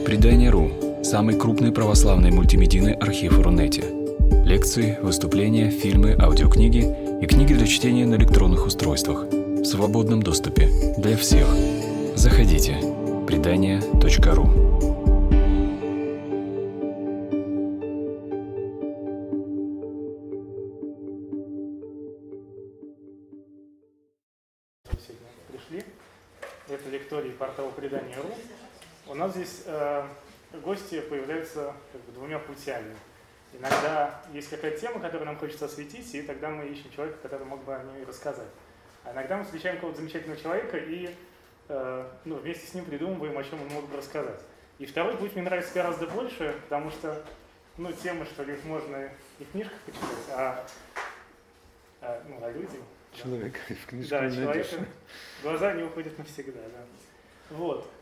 Предание.ру – самый крупный православный мультимедийный архив в Рунете. Лекции, выступления, фильмы, аудиокниги и книги для чтения на электронных устройствах в свободном доступе для всех. Заходите. Предание.ру. Пришли. Это лекторий портала Предание.ру. У нас здесь гости появляются двумя путями. Иногда есть какая-то тема, которую нам хочется осветить, и тогда мы ищем человека, который мог бы о ней рассказать. А иногда мы встречаем какого-то замечательного человека и вместе с ним придумываем, о чем он мог бы рассказать. И второй путь мне нравится гораздо больше, потому что темы, что ли, можно и в книжках почитать, а люди... Человек в книжке да, не человека, найдешь. глаза не уходят навсегда, да. Вот.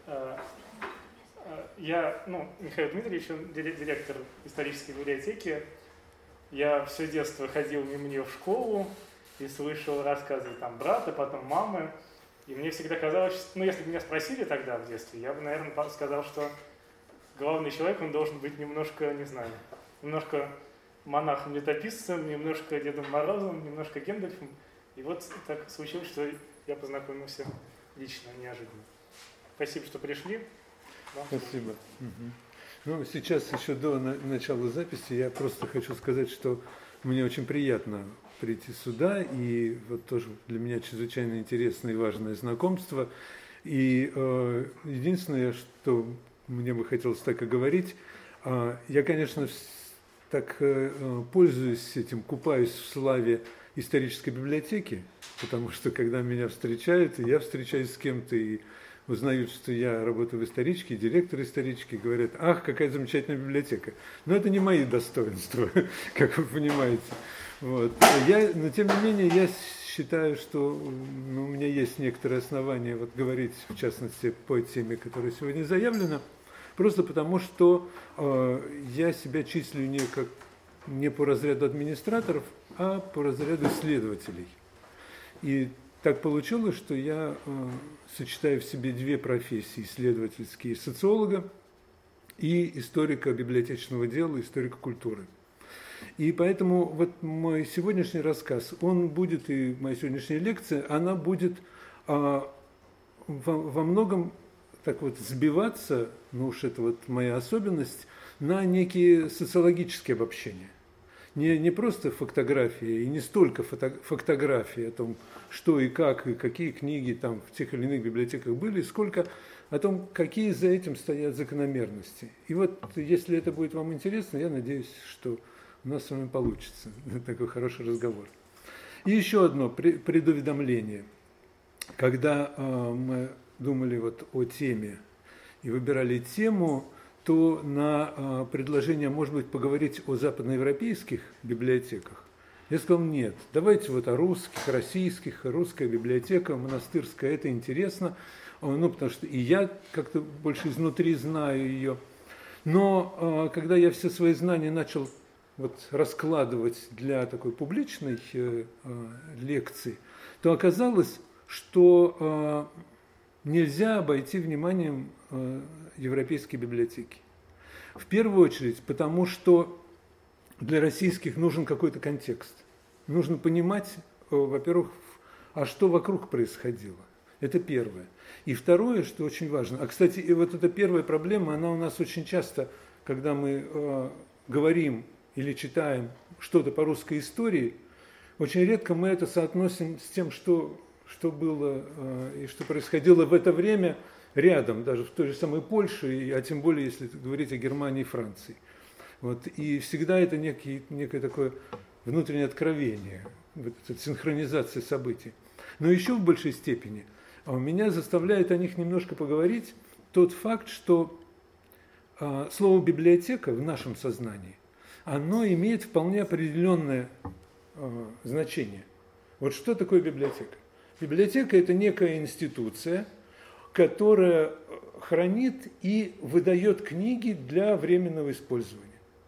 Я, Михаил Дмитриевич, он директор исторической библиотеки. Я все детство ходил мимо нее в школу и слышал рассказы брата, потом мамы. И мне всегда казалось, если бы меня спросили тогда в детстве, я бы, наверное, сказал, что главный человек, он должен быть немножко, немножко монахом-летописцем, немножко Дедом Морозом, немножко Гендальфом. И вот так случилось, что я познакомился лично, неожиданно. Спасибо, что пришли. Спасибо. Сейчас еще до начала записи я просто хочу сказать, что мне очень приятно прийти сюда, и вот тоже для меня чрезвычайно интересное и важное знакомство. И единственное, что мне бы хотелось так и говорить, я, конечно, так пользуюсь этим, купаюсь в славе исторической библиотеки, потому что когда меня встречают, и я встречаюсь с кем-то, и узнают, что я работаю в историчке, директор исторички, говорят: ах, какая замечательная библиотека. Но это не мои достоинства, как вы понимаете. Вот. Но тем не менее, я считаю, что у меня есть некоторые основания говорить, в частности, по теме, которая сегодня заявлена, просто потому что я себя числю не по разряду администраторов, а по разряду исследователей. И так получилось, что я сочетаю в себе две профессии: исследовательские, социолога, и историка библиотечного дела, историка культуры. И поэтому мой сегодняшний рассказ, он будет, и моя сегодняшняя лекция, она будет во многом сбиваться, уж это моя особенность, на некие социологические обобщения. Не просто фактография, и не столько фактография о том, что и как, и какие книги в тех или иных библиотеках были, сколько о том, какие за этим стоят закономерности. И если это будет вам интересно, я надеюсь, что у нас с вами получится такой хороший разговор. И еще одно предуведомление. Когда мы думали о теме и выбирали тему, то на предложение, может быть, поговорить о западноевропейских библиотеках, я сказал: нет, давайте о русских, российских, русская библиотека, монастырская, это интересно, потому что и я как-то больше изнутри знаю ее. Но когда я все свои знания начал раскладывать для такой публичной лекции, то оказалось, что нельзя обойти вниманием европейские библиотеки. В первую очередь, потому что для российских нужен какой-то контекст. Нужно понимать, во-первых, что вокруг происходило. Это первое. И второе, что очень важно. Кстати, и эта первая проблема, она у нас очень часто, когда мы говорим или читаем что-то по русской истории, очень редко мы это соотносим с тем, что было и что происходило в это время рядом, даже в той же самой Польше, а тем более, если говорить о Германии и Франции. И всегда это некое такое внутреннее откровение, эта синхронизация событий. Но еще в большей степени меня заставляет о них немножко поговорить тот факт, что слово «библиотека» в нашем сознании, оно имеет вполне определенное значение. Что такое библиотека? Библиотека – это некая институция, которая хранит и выдает книги для временного использования.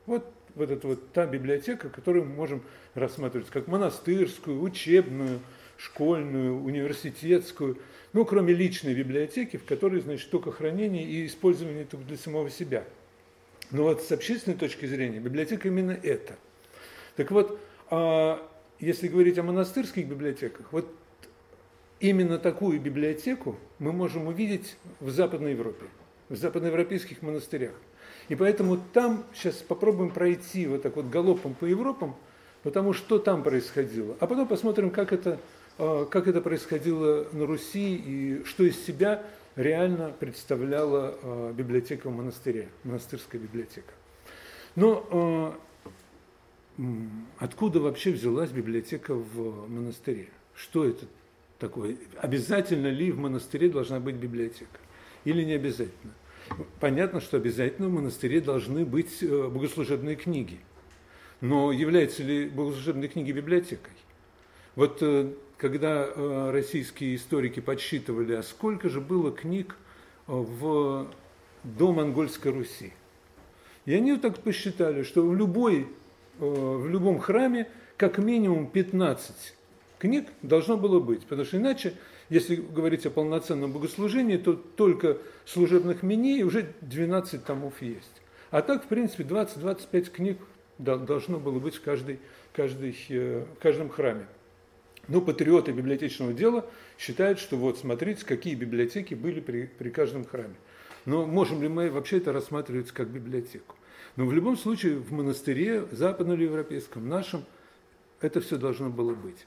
Это та библиотека, которую мы можем рассматривать как монастырскую, учебную, школьную, университетскую, ну, кроме личной библиотеки, в которой, значит, только хранение и использование только для самого себя. Но вот с общественной точки зрения библиотека именно это. Так вот, если говорить о монастырских библиотеках, вот именно такую библиотеку мы можем увидеть в Западной Европе, в западноевропейских монастырях. И поэтому там сейчас попробуем пройти вот так вот галопом по Европам, потому что там происходило. А потом посмотрим, как это происходило на Руси и что из себя реально представляла библиотека в монастыре, монастырская библиотека. Но откуда вообще взялась библиотека в монастыре? Что это такое? Обязательно ли в монастыре должна быть библиотека? Или не обязательно? Понятно, что обязательно в монастыре должны быть богослужебные книги. Но являются ли богослужебные книги библиотекой? Вот когда российские историки подсчитывали, а сколько же было книг до Монгольской Руси, и они вот так посчитали, что в любом храме как минимум 15 книг должно было быть, потому что иначе, если говорить о полноценном богослужении, то только служебных миней уже 12 томов есть. А так, в принципе, 20-25 книг должно было быть в каждом храме. Но патриоты библиотечного дела считают, что вот смотрите, какие библиотеки были при каждом храме. Но можем ли мы вообще это рассматривать как библиотеку? Но в любом случае в монастыре, западноевропейском, нашем, это все должно было быть.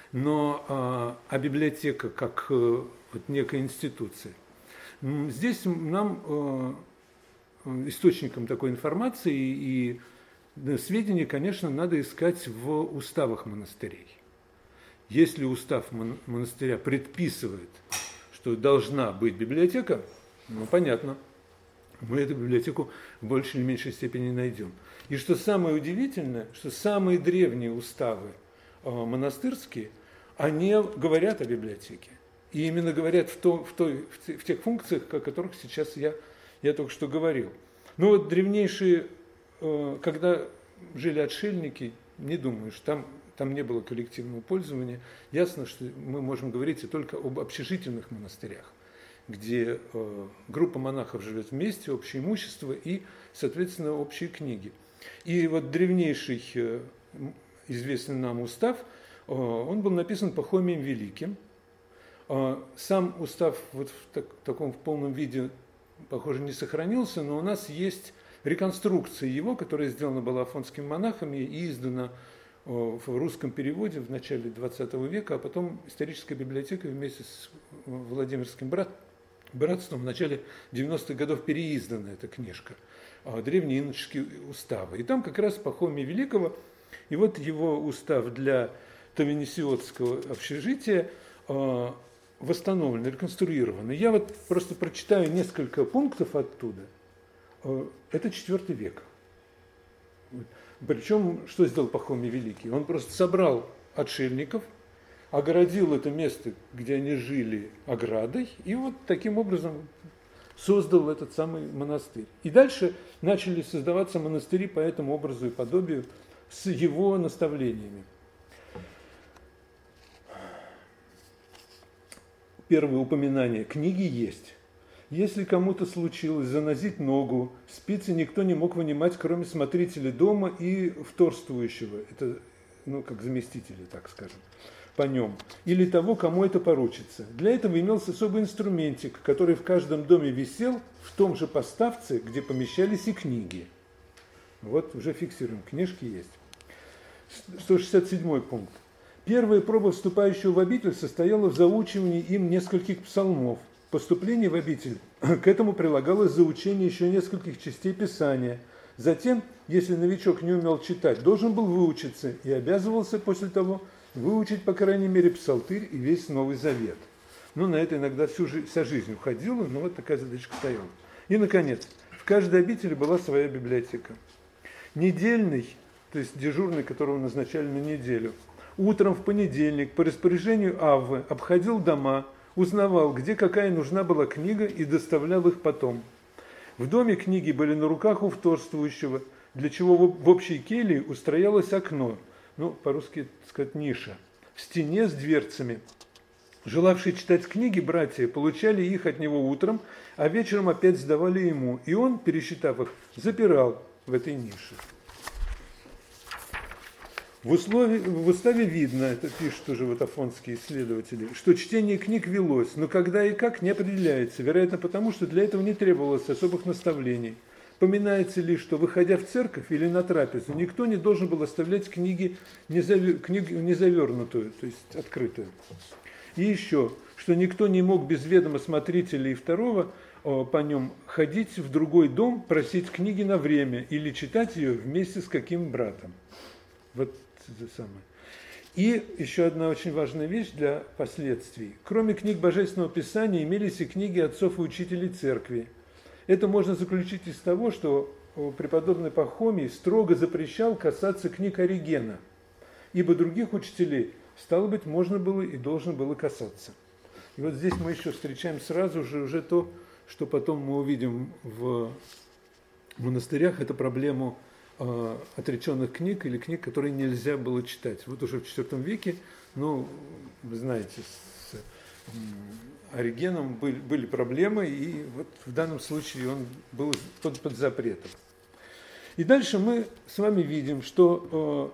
Но библиотека как вот некая институция. Здесь нам источником такой информации и сведений, конечно, надо искать в уставах монастырей. Если устав монастыря предписывает, что должна быть библиотека, ну, понятно, мы эту библиотеку в большей или меньшей степени найдем. И что самое удивительное, что самые древние уставы монастырские, они говорят о библиотеке. И именно говорят в тех функциях, о которых сейчас я только что говорил. Ну вот древнейшие, когда жили отшельники, не думаю, что там не было коллективного пользования. Ясно, что мы можем говорить только об общежительных монастырях, где группа монахов живет вместе, общее имущество и, соответственно, общие книги. И вот древнейший известный нам устав, он был написан Пахомием Великим. Сам устав вот в таком полном виде, похоже, не сохранился, но у нас есть реконструкция его, которая сделана была афонскими монахами и издана в русском переводе в начале XX века, а потом историческая библиотека вместе с Владимирским братством в начале 90-х годов переиздана эта книжка, древние иноческие уставы. И там как раз Пахомия Великого, и вот его устав для Тавенесиотского общежития восстановлен, реконструирован. И я вот просто прочитаю несколько пунктов оттуда. Это IV век. Причем, что сделал Пахомий Великий? Он просто собрал отшельников, огородил это место, где они жили, оградой, и вот таким образом создал этот самый монастырь. И дальше начали создаваться монастыри по этому образу и подобию с его наставлениями. Первое упоминание книги есть. Если кому-то случилось занозить ногу, спицы никто не мог вынимать, кроме смотрителя дома и вторствующего, это, как заместителя, так скажем, по нем, или того, кому это поручится. Для этого имелся особый инструментик, который в каждом доме висел в том же поставце, где помещались и книги. Вот уже фиксируем, книжки есть. 167 пункт. Первая проба вступающего в обитель состояла в заучивании им нескольких псалмов. Поступление в обитель к этому прилагалось заучение еще нескольких частей Писания. Затем, если новичок не умел читать, должен был выучиться и обязывался после того выучить, по крайней мере, псалтырь и весь Новый Завет. На это иногда вся жизнь уходила, но вот такая задачка стояла. И, наконец, в каждой обители была своя библиотека. Недельный, то есть дежурный, которого назначали на неделю, утром в понедельник по распоряжению Аввы обходил дома, узнавал, где какая нужна была книга, и доставлял их потом. В доме книги были на руках у вторствующего, для чего в общей келье устроялось окно, по-русски сказать ниша, в стене с дверцами. Желавшие читать книги братья получали их от него утром, а вечером опять сдавали ему, и он, пересчитав их, запирал в этой нише. В уставе видно, это пишут уже вот афонские исследователи, что чтение книг велось, но когда и как не определяется, вероятно потому, что для этого не требовалось особых наставлений. Поминается лишь, что, выходя в церковь или на трапезу, никто не должен был оставлять книгу незавернутую, то есть открытую. И еще, что никто не мог без ведома смотрителя и второго по нем ходить в другой дом, просить книги на время или читать ее вместе с каким братом. Вот это самое. И еще одна очень важная вещь для последствий. Кроме книг Божественного Писания имелись и книги отцов и учителей церкви. Это можно заключить из того, что преподобный Пахомий строго запрещал касаться книг Оригена, ибо других учителей, стало быть, можно было и должно было касаться. И вот здесь мы еще встречаем сразу же уже то, что потом мы увидим в монастырях, это проблему отреченных книг или книг, которые нельзя было читать. Вот уже в IV веке, ну, вы знаете, с Оригеном были проблемы, и вот в данном случае он был под запретом. И дальше мы с вами видим, что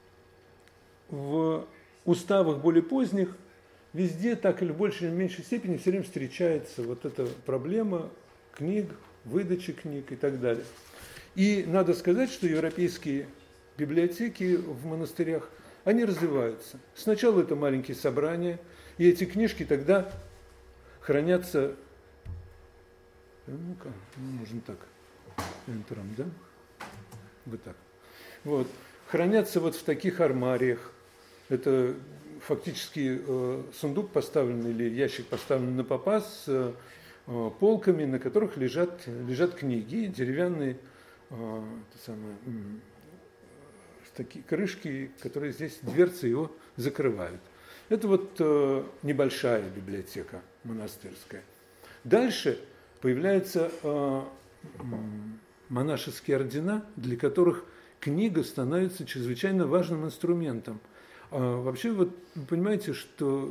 в уставах более поздних везде так или в большей или меньшей степени все время встречается вот эта проблема книг, выдачи книг и так далее. И надо сказать, что европейские библиотеки в монастырях, они развиваются. Сначала это маленькие собрания, и эти книжки тогда хранятся, ну-ка, можно так, энтером, да? Вот так. Вот. Хранятся вот в таких армариях. Это фактически сундук поставленный или ящик поставленный на попа с полками, на которых лежат книги, деревянные такие крышки, которые здесь, дверцы его закрывают. Это вот небольшая библиотека монастырская. Дальше появляются монашеские ордена, для которых книга становится чрезвычайно важным инструментом. Вообще, вот вы понимаете, что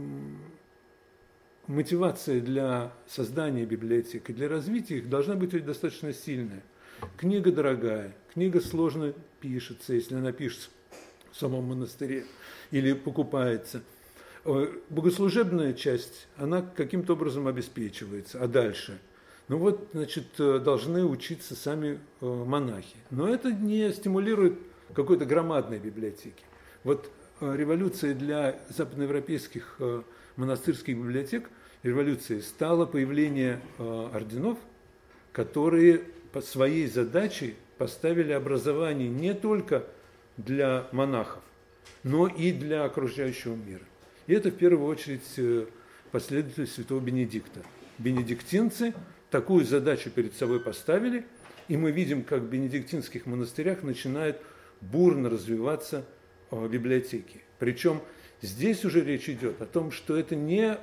мотивация для создания библиотек и для развития их должна быть достаточно сильная. Книга дорогая, книга сложно пишется, если она пишется в самом монастыре или покупается. Богослужебная часть, она каким-то образом обеспечивается. А дальше? Ну вот, значит, должны учиться сами монахи. Но это не стимулирует какой-то громадной библиотеки. Вот революция для западноевропейских монастырских библиотек, революцией стало появление орденов, которые по своей задаче поставили образование не только для монахов, но и для окружающего мира. И это в первую очередь последователи святого Бенедикта. Бенедиктинцы такую задачу перед собой поставили, и мы видим, как в бенедиктинских монастырях начинают бурно развиваться библиотеки. Причем здесь уже речь идет о том, что это не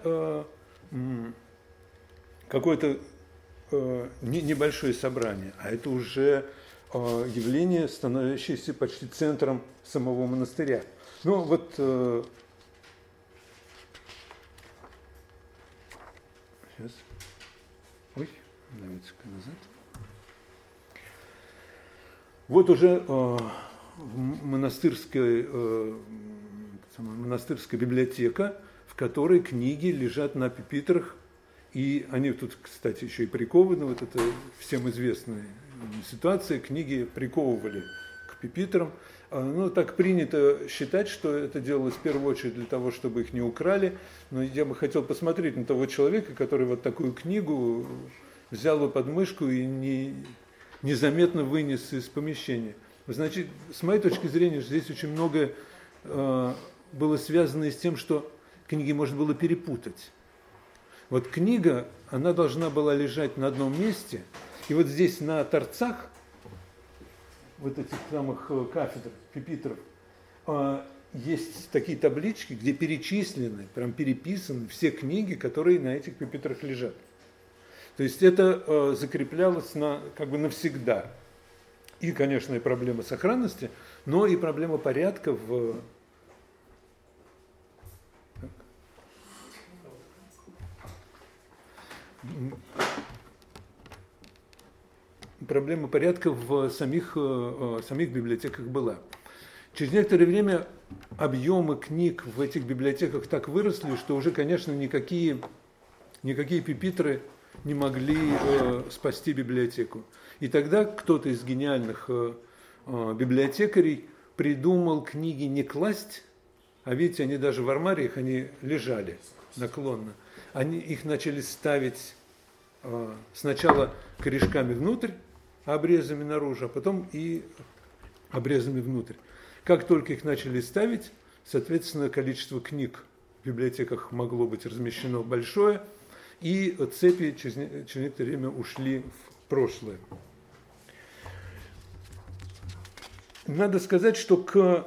какое-то небольшое собрание, а это уже явление, становящееся почти центром самого монастыря. Ну вот сейчас. Ой, давайте-ка назад. Вот уже монастырская библиотека, в которой книги лежат на пюпитрах, и они тут, кстати, еще и прикованы, вот это всем известная ситуация, книги приковывали к пюпитрам. Ну, так принято считать, что это делалось в первую очередь для того, чтобы их не украли, но я бы хотел посмотреть на того человека, который вот такую книгу взял бы под мышку и незаметно вынес из помещения. Значит, с моей точки зрения, здесь очень многое было связано и с тем, что книги можно было перепутать. Вот книга, она должна была лежать на одном месте, и вот здесь на торцах, вот этих самых кафедр, пюпитров, есть такие таблички, где перечислены, прям переписаны все книги, которые на этих пюпитрах лежат. То есть это закреплялось как бы навсегда. И, конечно, и проблема сохранности, но и проблема порядка в проблема порядка в самих библиотеках была. Через некоторое время объемы книг в этих библиотеках так выросли, что уже, конечно, никакие пюпитры не могли спасти библиотеку. И тогда кто-то из гениальных библиотекарей придумал книги не класть, а видите, они даже в армариях, они лежали наклонно. Они их начали ставить сначала корешками внутрь, а обрезами наружу, а потом и обрезами внутрь. Как только их начали ставить, соответственно, количество книг в библиотеках могло быть размещено большое, и цепи через некоторое время ушли в прошлое. Надо сказать, что к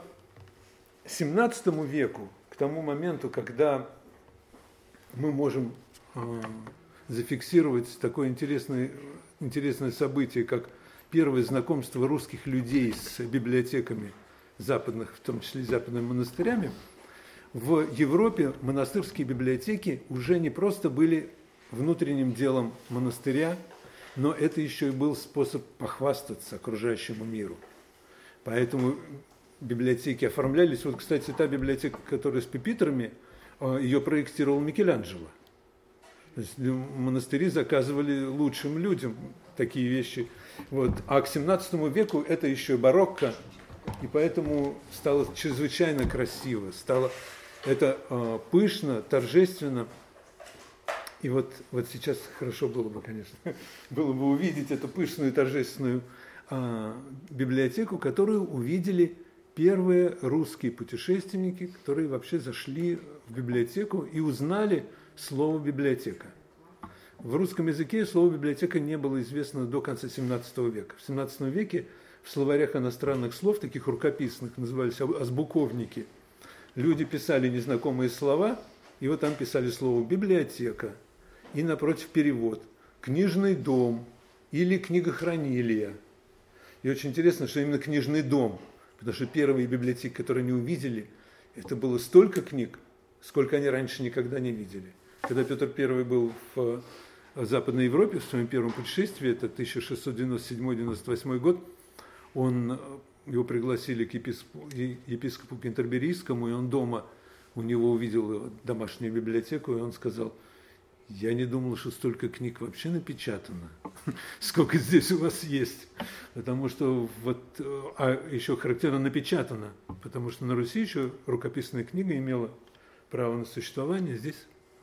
XVII веку, к тому моменту, когда мы можем зафиксировать такое интересное событие, как первое знакомство русских людей с библиотеками западных, в том числе и западными монастырями, в Европе монастырские библиотеки уже не просто были внутренним делом монастыря, но это еще и был способ похвастаться окружающему миру. Поэтому библиотеки оформлялись. Вот, кстати, та библиотека, которая с пюпитрами, ее проектировал Микеланджело. То есть монастыри заказывали лучшим людям такие вещи. Вот. А к XVII веку это еще и барокко, и поэтому стало чрезвычайно красиво, стало это пышно, торжественно. И вот сейчас хорошо было бы, конечно, было бы увидеть эту пышную, торжественную библиотеку, которую увидели первые русские путешественники, которые вообще зашли в библиотеку и узнали слово «библиотека». В русском языке слово «библиотека» не было известно до конца XVII века. В XVII веке в словарях иностранных слов, таких рукописных, назывались азбуковники, люди писали незнакомые слова, и вот там писали слово «библиотека», и напротив перевод «книжный дом» или «книгохранилие». И очень интересно, что именно книжный дом, потому что первые библиотеки, которые они увидели, это было столько книг, сколько они раньше никогда не видели. Когда Петр I был в Западной Европе в своем первом путешествии, это 1697-98 год, его пригласили к епископу Кентерберийскому, и он дома у него увидел домашнюю библиотеку, и он сказал: «Я не думал, что столько книг вообще напечатано, сколько здесь у вас есть». Потому что еще характерно напечатано, потому что на Руси еще рукописная книга имела право на существование, здесь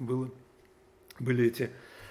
были эти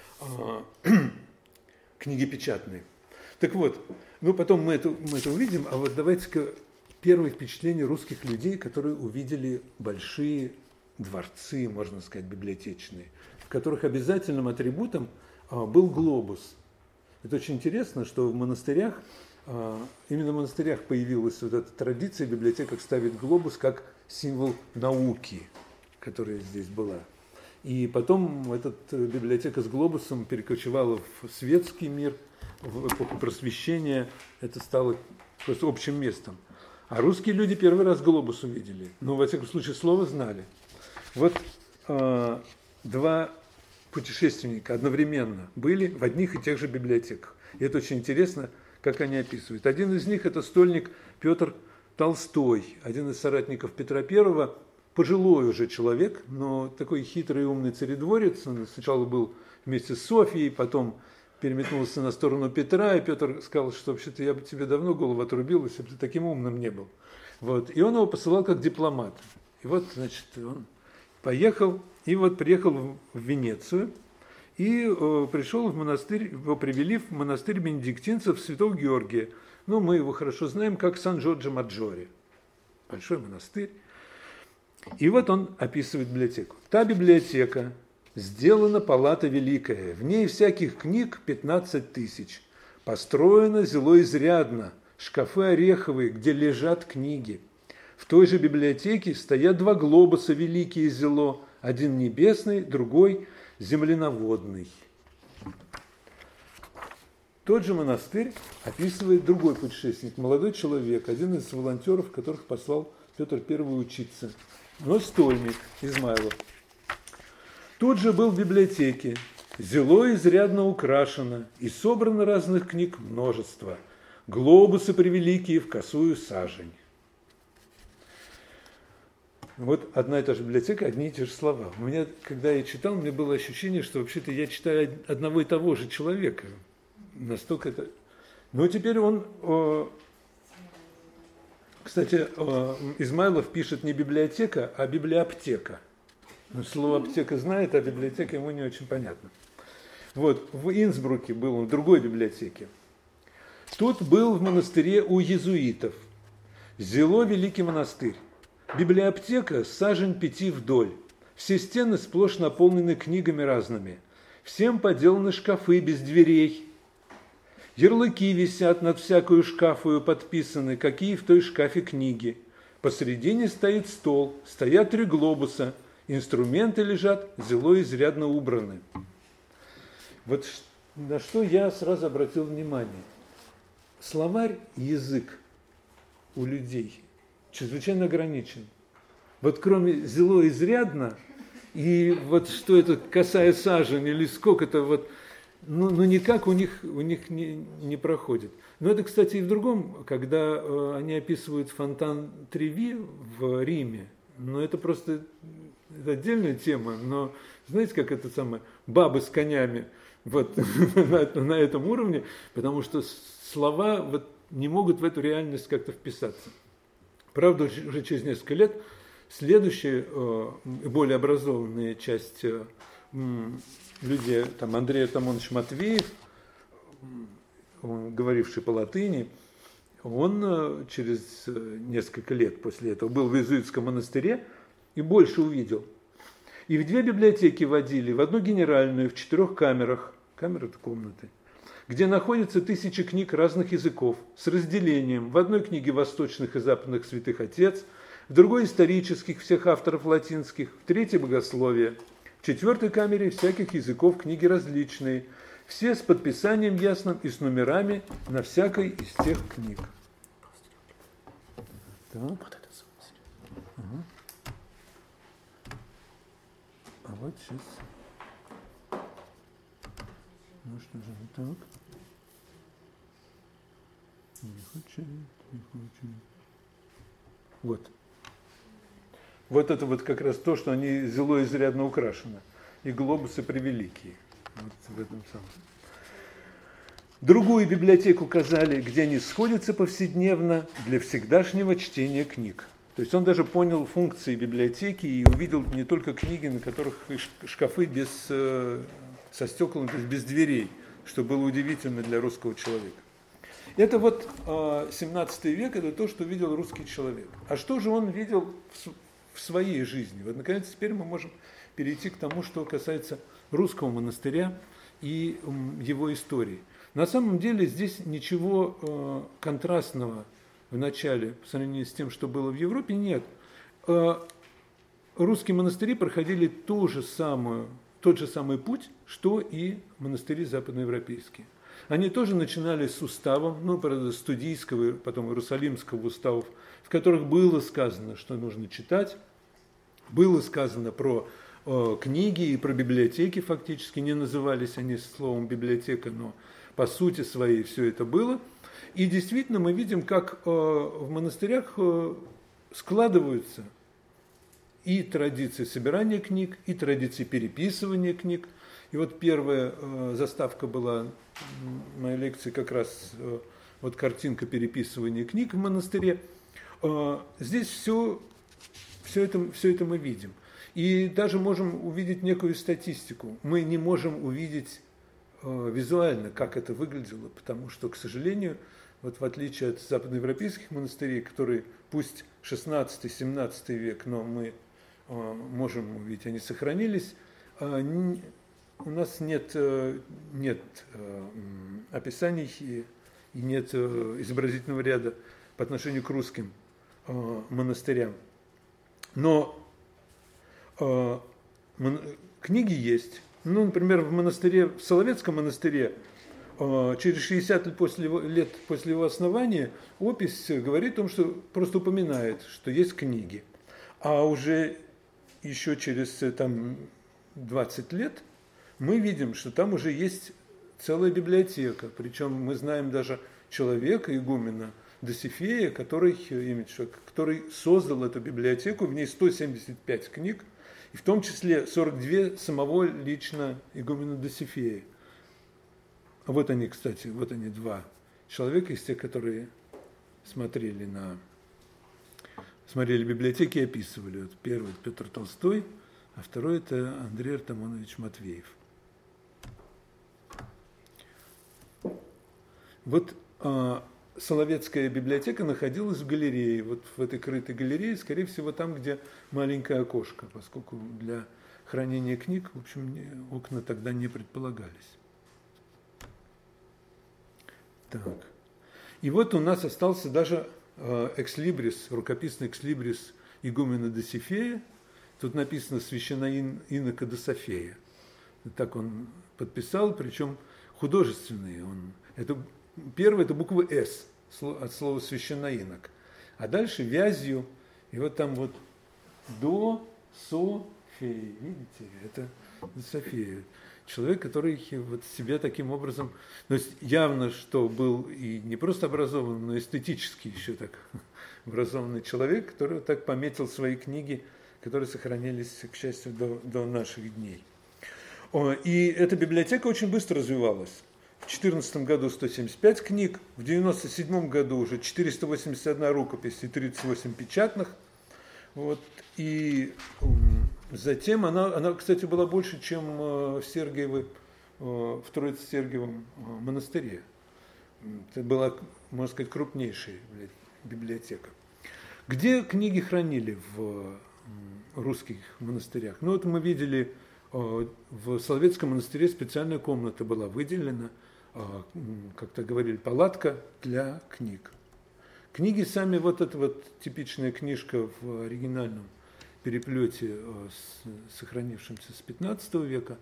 книги печатные. Так вот, потом мы это увидим, а вот давайте-ка первые впечатления русских людей, которые увидели большие дворцы, можно сказать, библиотечные, в которых обязательным атрибутом был глобус. Это очень интересно, что в монастырях, именно в монастырях появилась вот эта традиция в библиотеках ставить глобус как символ науки, которая здесь была. И потом эта библиотека с глобусом перекочевала в светский мир, в эпоху просвещения. Это стало просто общим местом. А русские люди первый раз глобус увидели. Во всяком случае, слово знали. Вот два путешественника одновременно были в одних и тех же библиотеках. И это очень интересно, как они описывают. Один из них – это стольник Петр Толстой, один из соратников Петра I, пожилой уже человек, но такой хитрый и умный царедворец. Он сначала был вместе с Софьей, потом переметнулся на сторону Петра, и Петр сказал, что вообще-то я бы тебе давно голову отрубил, если бы ты таким умным не был. Вот. И он его посылал как дипломат. И вот, значит, он поехал, и вот приехал в Венецию, и пришел в монастырь, его привели в монастырь бенедиктинцев Святого Георгия. Мы его хорошо знаем как Сан-Джорджо-Маджоре. Большой монастырь. И вот он описывает библиотеку. «Та библиотека сделана палата великая, в ней всяких книг 15 тысяч. Построено зело изрядно, шкафы ореховые, где лежат книги. В той же библиотеке стоят два глобуса великие зело, один небесный, другой земляноводный». Тот же монастырь описывает другой путешественник, молодой человек, один из волонтеров, которых послал Петр I учиться, но стольник Измайлов. Тут же был в библиотеке, Зело изрядно украшено, и собрано разных книг множество. Глобусы превеликие в косую сажень. Вот одна и та же библиотека, одни и те же слова. У меня, когда я читал, у меня было ощущение, что вообще-то я читаю одного и того же человека. Настолько это... Но теперь он... Кстати, Измайлов пишет не библиотека, а библиоптека. Слово аптека знает, а библиотека ему не очень понятно. Вот, в Инсбруке был он, в другой библиотеке. Тут был в монастыре у иезуитов. Зело великий монастырь. Библиоптека сажень 5 вдоль. Все стены сплошь наполнены книгами разными. Всем поделаны шкафы без дверей. Ярлыки висят над всякую шкафою подписаны, какие в той шкафе книги. Посредине стоит стол, стоят 3 глобуса. Инструменты лежат, зело изрядно убраны. Вот на что я сразу обратил внимание. Словарь, язык у людей чрезвычайно ограничен. Вот кроме зело изрядно, и вот что это косая сажень или сколько-то, вот, ну никак у них не проходит. Но это, кстати, и в другом, когда они описывают фонтан Треви в Риме, но это просто это отдельная тема, но знаете, как это самое, бабы с конями вот на этом уровне, потому что слова вот не могут в эту реальность как-то вписаться. Правда, уже через несколько лет следующая, более образованная часть людей, там Андрей Атамонович Матвеев, он, говоривший по латыни, он через несколько лет после этого был в иезуитском монастыре и больше увидел. И в 2 библиотеки водили, в одну генеральную, в 4 камерах, камеры – это комнаты, где находятся 1000 книг разных языков с разделением. В одной книге восточных и западных святых отец, в другой исторических всех авторов латинских, в 3 богословия, в 4 камере всяких языков книги различные, все с подписанием ясным и с номерами на всякой из тех книг. Так. Ага. А вот сейчас. Ну что же, вот так. Не хочет. Вот. Вот это вот как раз то, что они зело изрядно украшено. И глобусы превеликие. Вот в этом самом. Другую библиотеку указали, где они сходятся повседневно для всегдашнего чтения книг. То есть он даже понял функции библиотеки и увидел не только книги, на которых шкафы со стеклами, то есть без дверей, что было удивительно для русского человека. Это вот 17 век, это то, что видел русский человек. А что же он видел в своей жизни? Вот, наконец, теперь мы можем перейти к тому, что касается русского монастыря и его истории. На самом деле здесь ничего контрастного в начале по сравнению с тем, что было в Европе, нет. Русские монастыри проходили тот же самый путь, что и монастыри западноевропейские. Они тоже начинали с уставом, правда, студийского, потом иерусалимского уставов, в которых было сказано, что нужно читать, было сказано про книги и про библиотеки фактически, не назывались они словом библиотека, но по сути своей все это было. И действительно мы видим, как в монастырях складываются и традиции собирания книг, и традиции переписывания книг. И вот первая заставка была моей лекции как раз вот картинка переписывания книг в монастыре. Здесь все это мы видим. И даже можем увидеть некую статистику. Мы не можем увидеть визуально, как это выглядело, потому что, к сожалению, вот в отличие от западноевропейских монастырей, которые пусть 16-17 век, но мы можем увидеть, они сохранились, у нас нет описаний и нет изобразительного ряда по отношению к русским монастырям. Но книги есть. Например, в Соловецком монастыре через 60 лет после его основания опись говорит о том, что просто упоминает, что есть книги. А уже еще через 20 лет мы видим, что там уже есть целая библиотека. Причем мы знаем даже человека, игумена Досифея, который создал эту библиотеку, в ней 175 книг, и в том числе 42 самого лично игумена Досифея. Вот они, кстати, вот они два человека из тех, которые смотрели библиотеки и описывали. Вот первый – Петр Толстой, а второй – это Андрей Артамонович Матвеев. Вот Соловецкая библиотека находилась в галерее, вот в этой крытой галерее, скорее всего, там, где маленькое окошко, поскольку для хранения книг, в общем, окна тогда не предполагались. Так. И вот у нас остался даже экслибрис, рукописный экслибрис игумена Досифея. Тут написано священноинока Дософея. Так он подписал, причем художественный. Первый – это буква «С» от слова «священноинок». А дальше вязью, и вот там вот «до», «со», «фея». Видите, это Дософея. Человек, который вот себя таким образом, то есть явно, что был и не просто образованный, но эстетически еще так образованный человек, который вот так пометил свои книги, которые сохранились, к счастью, до наших дней. И эта библиотека очень быстро развивалась. В 2014 году 175 книг, в 1997 году уже 481 рукопись и 38 печатных. Вот. И затем она, кстати, была больше, чем в Троице-Сергиевом монастыре. Это была, можно сказать, крупнейшая библиотека. Где книги хранили в русских монастырях? Ну вот мы видели, в Соловецком монастыре специальная комната была выделена, как-то говорили, палатка для книг. Книги сами, вот эта вот типичная книжка в оригинальном переплете, сохранившемся с 15 века,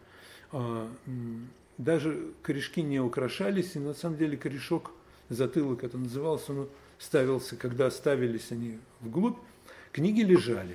даже корешки не украшались, и на самом деле корешок, затылок это назывался, он ставился, когда ставились они вглубь, книги лежали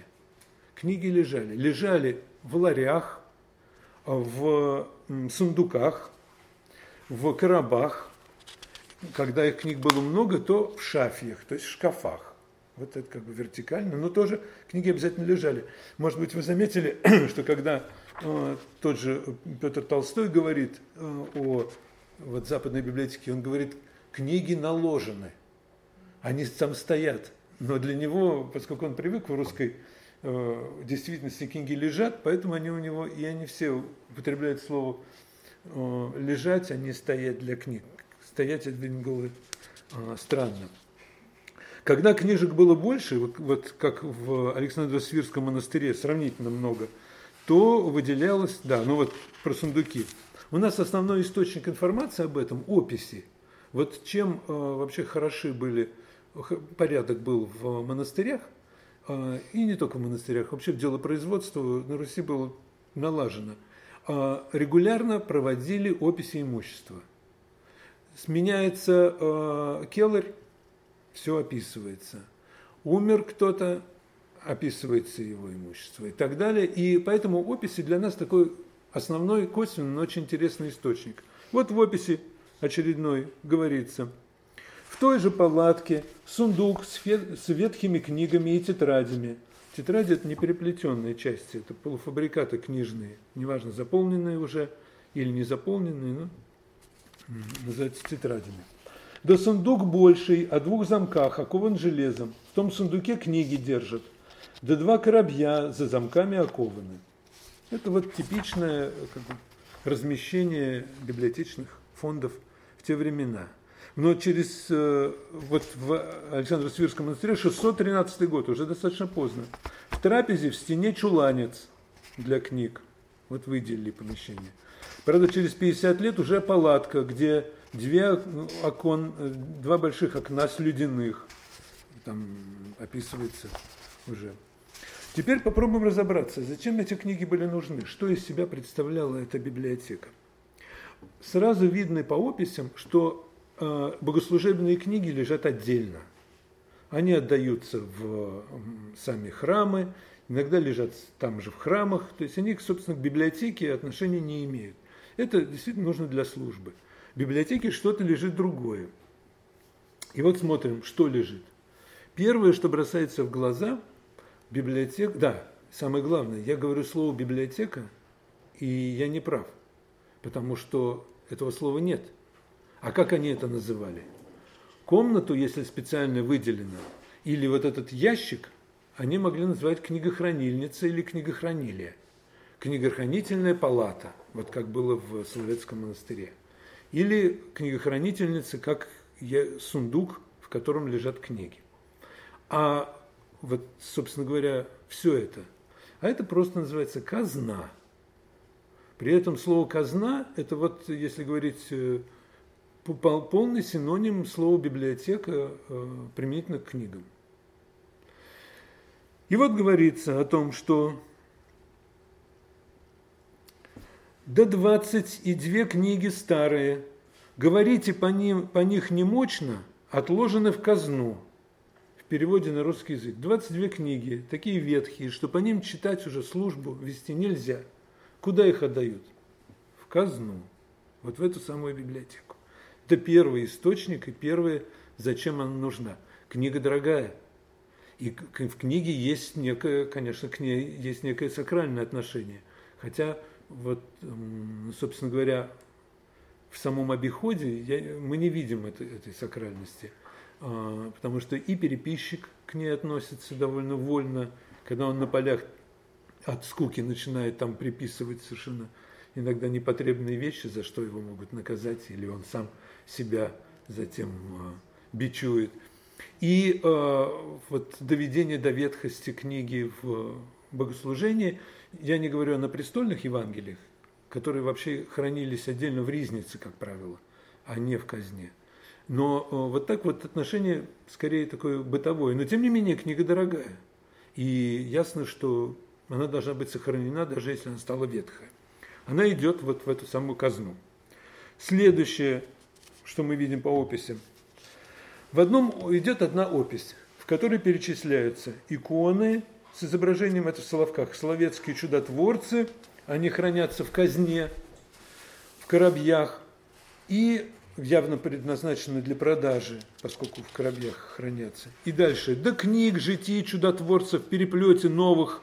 в ларях, в сундуках, в коробах. Когда их книг было много, то в шафьях, то есть в шкафах. Вот это как бы вертикально, но тоже книги обязательно лежали. Может быть, вы заметили, что когда тот же Петр Толстой говорит о западной библиотеке, он говорит, книги наложены, они там стоят. Но для него, поскольку он привык в русской действительности, книги лежат, поэтому они у него, и они все употребляют слово лежать, а не стоять для книг. Стоять это для него странно. Когда книжек было больше, вот как в Александро-Свирском монастыре сравнительно много, то выделялось, про сундуки. У нас основной источник информации об этом – описи. Вот чем вообще порядок был в монастырях, и не только в монастырях, вообще в делопроизводство на Руси было налажено. Регулярно проводили описи имущества. Сменяется келарь, все описывается. Умер кто-то, описывается его имущество и так далее. И поэтому описи для нас такой основной, косвенный, но очень интересный источник. Вот в описи очередной говорится: в той же палатке сундук с ветхими книгами и тетрадями. Тетради – это не переплетенные части, это полуфабрикаты книжные, неважно, заполненные уже или не заполненные, но называются тетрадями. Да сундук больший, о 2 замках, окован железом. В том сундуке книги держат. Да 2 коробья за замками окованы. Это вот типичное размещение библиотечных фондов в те времена. Но в Александро-Свирском монастыре 613 год, уже достаточно поздно. В трапезе в стене чуланец для книг. Вот выделили помещение. Правда, через 50 лет уже палатка, где 2 больших окна слюдяных. Там описывается уже. Теперь попробуем разобраться, зачем эти книги были нужны, что из себя представляла эта библиотека. Сразу видно по описям, что богослужебные книги лежат отдельно. Они отдаются в сами храмы, иногда лежат там же в храмах, то есть они, собственно, к библиотеке отношения не имеют. Это действительно нужно для службы. В библиотеке что-то лежит другое. И вот смотрим, что лежит. Первое, что бросается в глаза, библиотека, да, самое главное, я говорю слово библиотека, и я не прав, потому что этого слова нет. А как они это называли? Комнату, если специально выделено, или вот этот ящик, они могли называть книгохранильница или книгохранилие. Книгохранительная палата, вот как было в Соловецком монастыре. Или книгохранительница, как сундук, в котором лежат книги. А вот, собственно говоря, все это. А это просто называется казна. При этом слово казна, это вот, если говорить, полный синоним слова библиотека применительно к книгам. И вот говорится о том, что да 22 книги старые, говорите по них немочно, отложены в казну. В переводе на русский язык. 22 книги, такие ветхие, что по ним читать уже службу вести нельзя. Куда их отдают? В казну. Вот в эту самую библиотеку. Это первый источник и первое, зачем она нужна. Книга дорогая. И в книге есть некое, конечно, к ней есть некое сакральное отношение. Хотя, вот, собственно говоря, в самом обиходе мы не видим этой сакральности. Потому что и переписчик к ней относится довольно вольно, когда он на полях от скуки начинает там приписывать совершенно иногда непотребные вещи, за что его могут наказать, или он сам себя затем бичует. И вот доведение до ветхости книги в богослужении, я не говорю о напрестольных Евангелиях, которые вообще хранились отдельно в ризнице, как правило, а не в казне. Но вот так вот отношение скорее такое бытовое. Но тем не менее книга дорогая. И ясно, что она должна быть сохранена, даже если она стала ветхая. Она идет вот в эту самую казну. Следующее, что мы видим по описям. В одном идет одна опись, в которой перечисляются иконы с изображением, это в Соловках, соловецкие чудотворцы, они хранятся в казне, в коробьях и явно предназначены для продажи, поскольку в коробьях хранятся. И дальше. Да книг, житий чудотворцев, переплете новых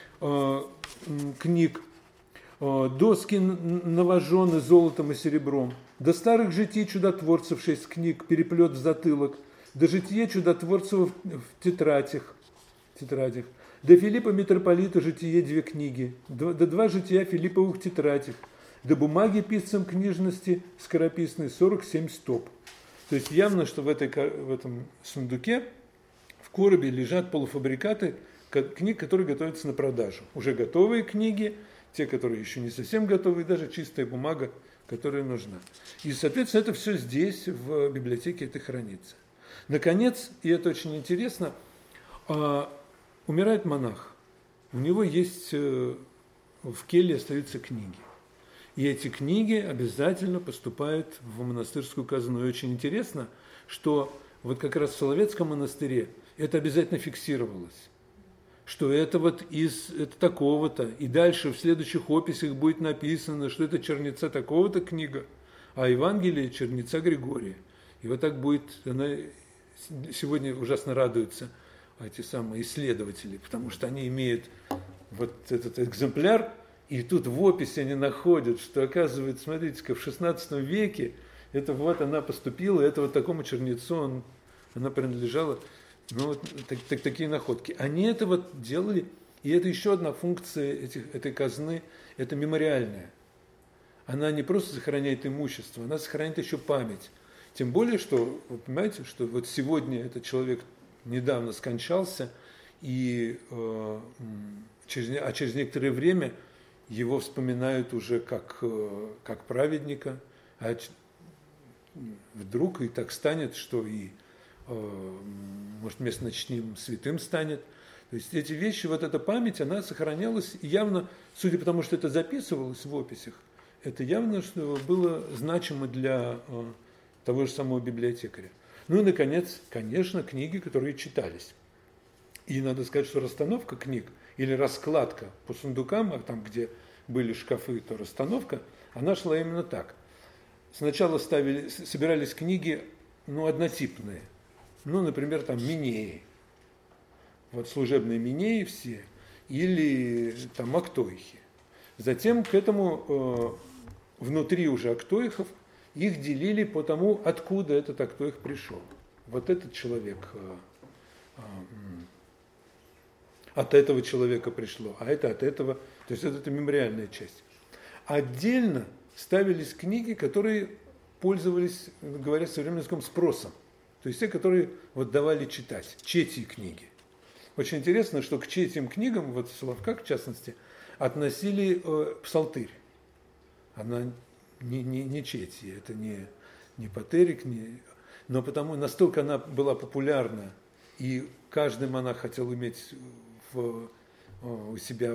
книг, доски навожжены золотом и серебром, до старых житий чудотворцев 6 книг, переплет в затылок, до жития чудотворцев в тетрадях, до Филиппа митрополита житие 2 книги, до 2 жития Филипповых тетрадях, до бумаги писцем книжности скорописной 47 стоп. То есть явно, что в этом сундуке, в коробе лежат полуфабрикаты книг, которые готовятся на продажу. Уже готовые книги, те, которые еще не совсем готовы, и даже чистая бумага, которая нужна. И, соответственно, это все здесь, в библиотеке, это хранится. Наконец, и это очень интересно, умирает монах. У него есть, в келье остаются книги. И эти книги обязательно поступают в монастырскую казну. И очень интересно, что вот как раз в Соловецком монастыре это обязательно фиксировалось. Что это вот это такого-то. И дальше в следующих описях будет написано, что это черница такого-то книга, а Евангелие черница Григория. И вот так будет, она сегодня ужасно радуются эти самые исследователи, потому что они имеют вот этот экземпляр, и тут в описи они находят, что, оказывается, смотрите-ка, в XVI веке это вот она поступила, это вот такому чернецу она принадлежала. Ну, вот такие находки. Они это вот делали, и это еще одна функция этой казны, это мемориальная. Она не просто сохраняет имущество, она сохраняет еще память. Тем более, что, вы понимаете, что вот сегодня этот человек недавно скончался, и через некоторое время его вспоминают уже как праведника, а вдруг и так станет, что и может, местночным святым станет. То есть эти вещи, вот эта память, она сохранялась, и явно, судя по тому, что это записывалось в описях, это явно, что было значимо для того же самого библиотекаря. Ну и, наконец, конечно, книги, которые читались. И надо сказать, что расстановка книг или раскладка по сундукам, а там, где были шкафы, то расстановка, она шла именно так. Сначала собирались книги, однотипные. Например, там Минеи. Вот служебные Минеи все. Или там Актоихи. Затем к этому внутри уже Актоихов их делили по тому, откуда этот Актоих пришел. Вот этот человек от этого человека пришло, а это от этого. То есть это мемориальная часть. Отдельно ставились книги, которые пользовались, говоря современным языком, спросом. То есть те, которые давали читать, четьи книги. Очень интересно, что к четьим книгам, в Соловках в частности, относили псалтырь. Она не четьи, это не патерик, но потому настолько она была популярна, и каждый монах хотел иметь у себя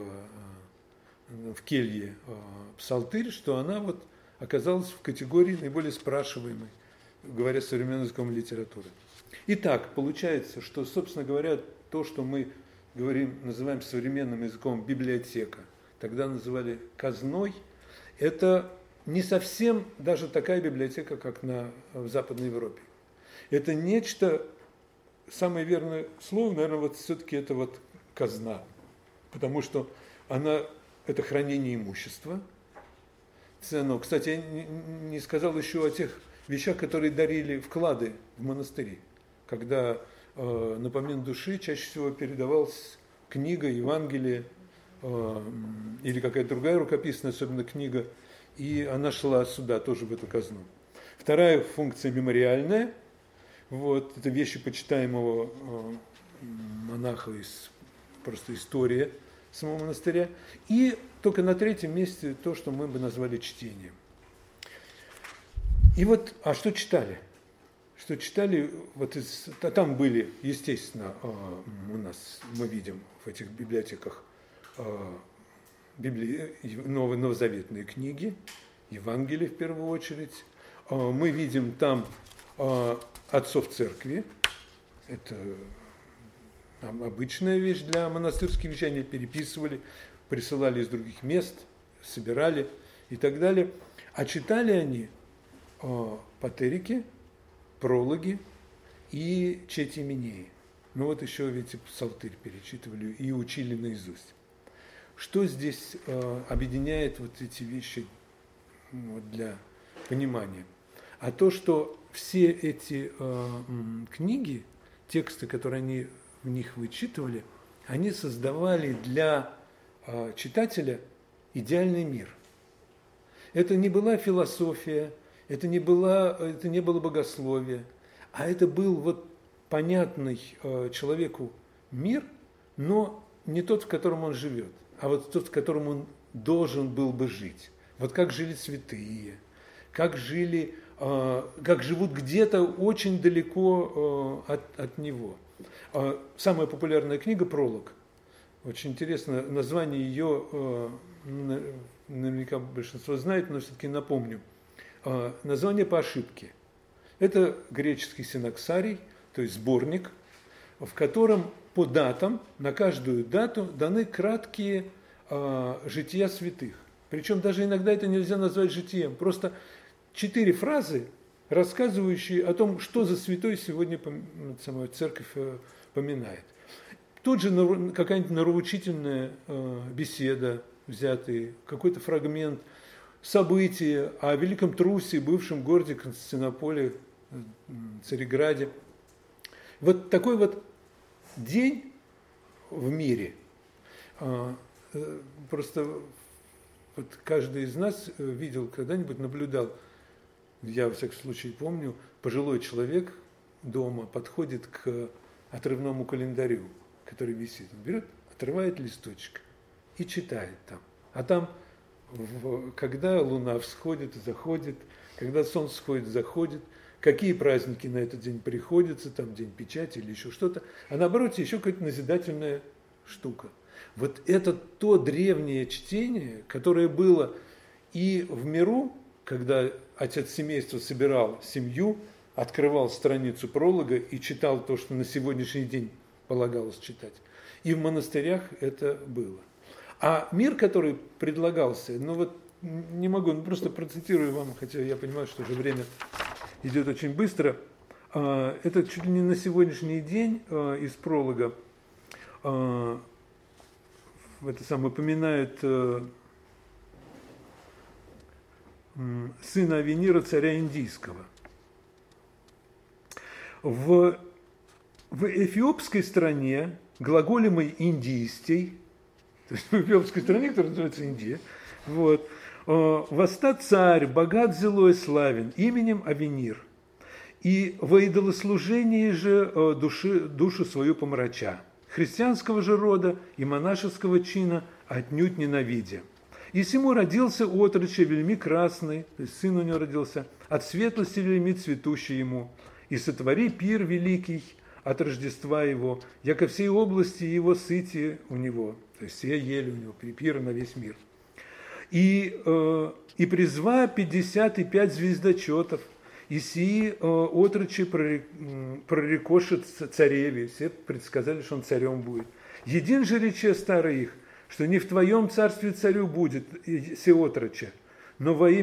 в келье псалтырь, что она оказалась в категории наиболее спрашиваемой, говоря современным языком литературы. Итак, получается, что, собственно говоря, то, что мы называем современным языком библиотека, тогда называли казной, это не совсем даже такая библиотека, как в Западной Европе. Это нечто, самое верное слово, наверное, все-таки это казна, потому что это хранение имущества, ценного. Кстати, я не сказал еще о тех вещах, которые дарили вклады в монастыри, когда на помин души чаще всего передавалась книга, Евангелие или какая-то другая рукописная, особенно книга, и она шла сюда, тоже в эту казну. Вторая функция мемориальная. Это вещи почитаемого монаха просто история самого монастыря. И только на третьем месте то, что мы бы назвали чтением. И а что читали? Что читали, там были, естественно, мы видим в этих библиотеках новозаветные книги, Евангелие в первую очередь. Мы видим там отцов церкви, это обычная вещь для монастырских вещей, они переписывали, присылали из других мест, собирали и так далее. А читали они патерики, прологи и четьи Минеи. Еще ведь псалтырь перечитывали и учили наизусть. Что здесь объединяет эти вещи для понимания? А то, что все эти книги, тексты, которые они в них вычитывали, они создавали для читателя идеальный мир. Это не была философия, это не было богословие, а это был понятный человеку мир, но не тот, в котором он живет, а тот, в котором он должен был бы жить. Как жили святые, как живут где-то очень далеко от него. Самая популярная книга «Пролог». Очень интересно, название ее, наверняка большинство знает, но все-таки напомню. Название по ошибке. Это греческий синаксарий, то есть сборник, в котором по датам, на каждую дату даны краткие жития святых. Причем даже иногда это нельзя назвать житием. Просто 4 фразы, рассказывающие о том, что за святой сегодня сама церковь поминает. Тут же какая-нибудь нравоучительная беседа, взятый какой-то фрагмент, события о Великом Трусе, бывшем городе Константинополе, Цареграде. Такой день в мире. Просто каждый из нас видел, когда-нибудь наблюдал, я, во всяком случае, помню, пожилой человек дома подходит к отрывному календарю, который висит. Он берет, отрывает листочек и читает там. А там, когда луна всходит и заходит, когда солнце всходит и заходит, какие праздники на этот день приходятся, там день печати или еще что-то, а наоборот еще какая-то назидательная штука. Это то древнее чтение, которое было и в миру, когда отец семейства собирал семью, открывал страницу пролога и читал то, что на сегодняшний день полагалось читать. И в монастырях это было. А мир, который предлагался, не могу, просто процитирую вам, хотя я понимаю, что уже время идет очень быстро. Это чуть ли не на сегодняшний день из пролога упоминает сына Авенира, царя индийского. В эфиопской стране, глаголемой индийстей, то есть в эфиопской стране, которая называется Индия, восстат царь, богат, зелой, славен, именем Авенир, и во идолослужении же душу свою помрача, христианского же рода и монашеского чина отнюдь ненавидя. И сему родился отроче вельми красный, то есть сын у него родился, от светлости вельми цветущий ему, и сотвори пир великий от Рождества его, яко всей области его сыти у него, то есть все ели у него пир на весь мир. И призва 55 звездочетов, и сии отрочи прорекошет цареве, все предсказали, что он царем будет. Един же рече старый их, что не в твоем царстве царю будет се отроча, но во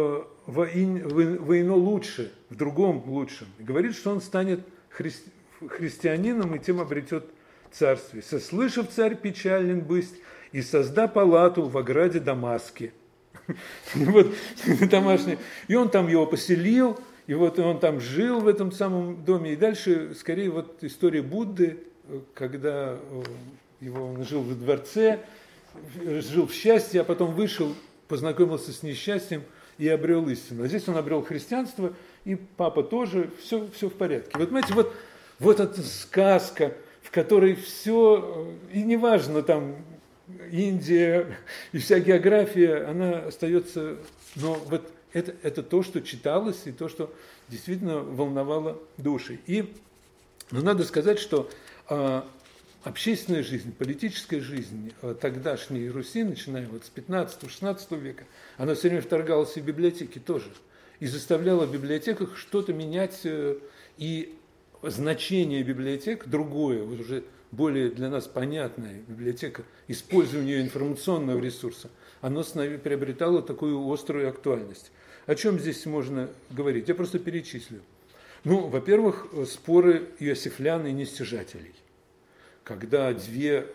ино лучше, в другом лучшем. И говорит, что он станет христианином и тем обретет царствие. Сослышав царь печален бысть, и созда палату в ограде Дамаске. Домашний. И он там его поселил, и он там жил в этом самом доме. И дальше, скорее, история Будды, когда он жил в дворце, жил в счастье, а потом вышел, познакомился с несчастьем и обрел истину. А здесь он обрел христианство, и папа тоже, все в порядке. Понимаете, эта сказка, в которой все, и неважно, там, Индия и вся география, она остается, но это то, что читалось, и то, что действительно волновало души. Но надо сказать, что общественная жизнь, политическая жизнь тогдашней Руси, начиная с 15-16 века, она все время вторгалась и в библиотеки тоже, и заставляла в библиотеках что-то менять, и значение библиотек другое, уже более для нас понятная библиотека, использование информационного ресурса, оно приобретало такую острую актуальность. О чем здесь можно говорить? Я просто перечислю. Во-первых, споры иосифлян и нестяжателей. Когда две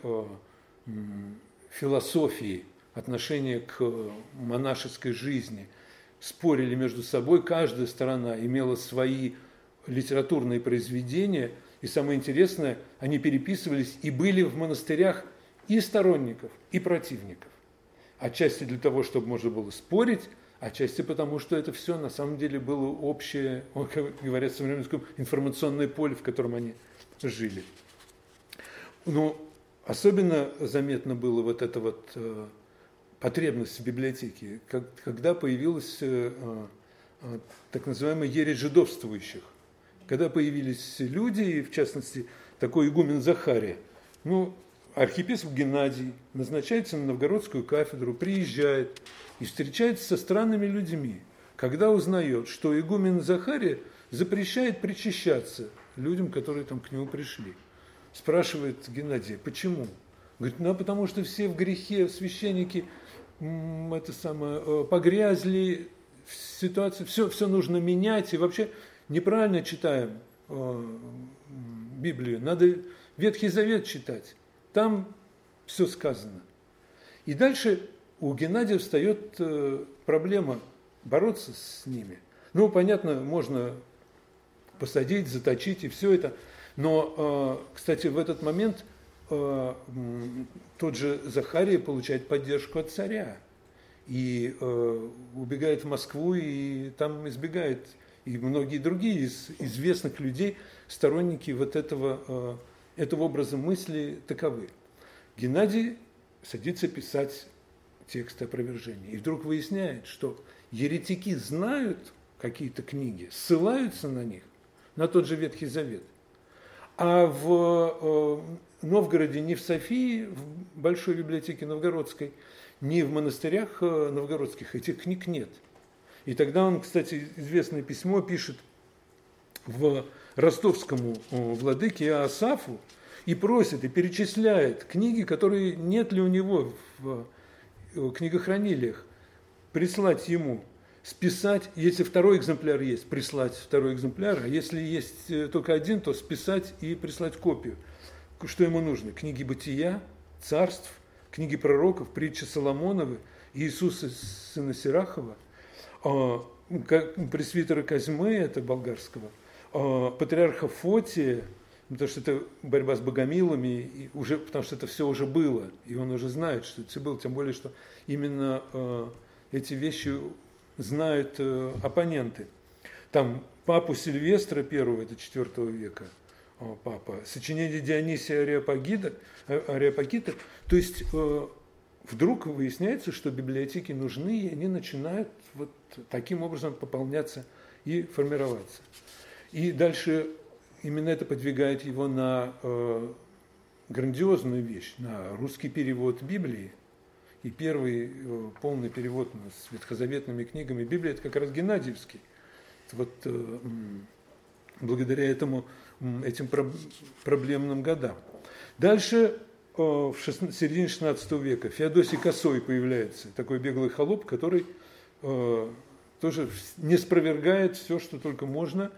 философии, отношения к монашеской жизни спорили между собой, каждая сторона имела свои литературные произведения, и самое интересное, они переписывались и были в монастырях и сторонников, и противников. Отчасти для того, чтобы можно было спорить, отчасти потому, что это все на самом деле было общее, как говорят в современном языке, информационное поле, в котором они жили. Особенно заметно было эта потребность в библиотеке, когда появилась так называемая ересь жидовствующих. Когда появились люди, и в частности такой игумен Захария, архиепископ Геннадий назначается на новгородскую кафедру, приезжает и встречается со странными людьми, когда узнает, что игумен Захария запрещает причащаться людям, которые там к нему пришли. Спрашивает Геннадия, почему? Говорит, потому что все в грехе, священники погрязли в ситуации, все нужно менять, и вообще неправильно читаем Библию, надо Ветхий Завет читать, там все сказано. И дальше у Геннадия встает проблема бороться с ними. Понятно, можно посадить, заточить и все это, но, кстати, в этот момент тот же Захария получает поддержку от царя и убегает в Москву, и там избегает. И многие другие из известных людей, сторонники этого образа мысли таковы. Геннадий садится писать текст опровержения. И вдруг выясняет, что еретики знают какие-то книги, ссылаются на них, на тот же Ветхий Завет. А в Новгороде, ни в Софии, в Большой библиотеке Новгородской, ни в монастырях новгородских этих книг нет. И тогда он, кстати, известное письмо пишет в ростовскому владыке Иоасафу и просит, и перечисляет книги, которые нет ли у него в книгохранилиях. прислать ему, списать, если второй экземпляр есть, прислать второй экземпляр, а если есть только один, то списать и прислать копию. Что ему нужно? Книги Бытия, Царств, книги пророков, притчи Соломоновы, Иисуса сына Сирахова, пресвитера Козьмы, это болгарского, патриарха Фотия, потому что это борьба с богомилами, потому что это все уже было, и он уже знает, что это все было, тем более, что именно эти вещи знают оппоненты. Там папу Сильвестра I, это IV века, папа, сочинение Дионисия Ареопагита, то есть вдруг выясняется, что библиотеки нужны, и они начинают вот таким образом пополняться и формироваться. И дальше именно это подвигает его на грандиозную вещь, на русский перевод Библии. И первый полный перевод с ветхозаветными книгами Библии, это как раз Геннадьевский. Вот благодаря этим проблемным годам. Дальше в середине XVI века Феодосий Косой появляется, такой беглый холоп, который тоже не спровергает все, что только можно,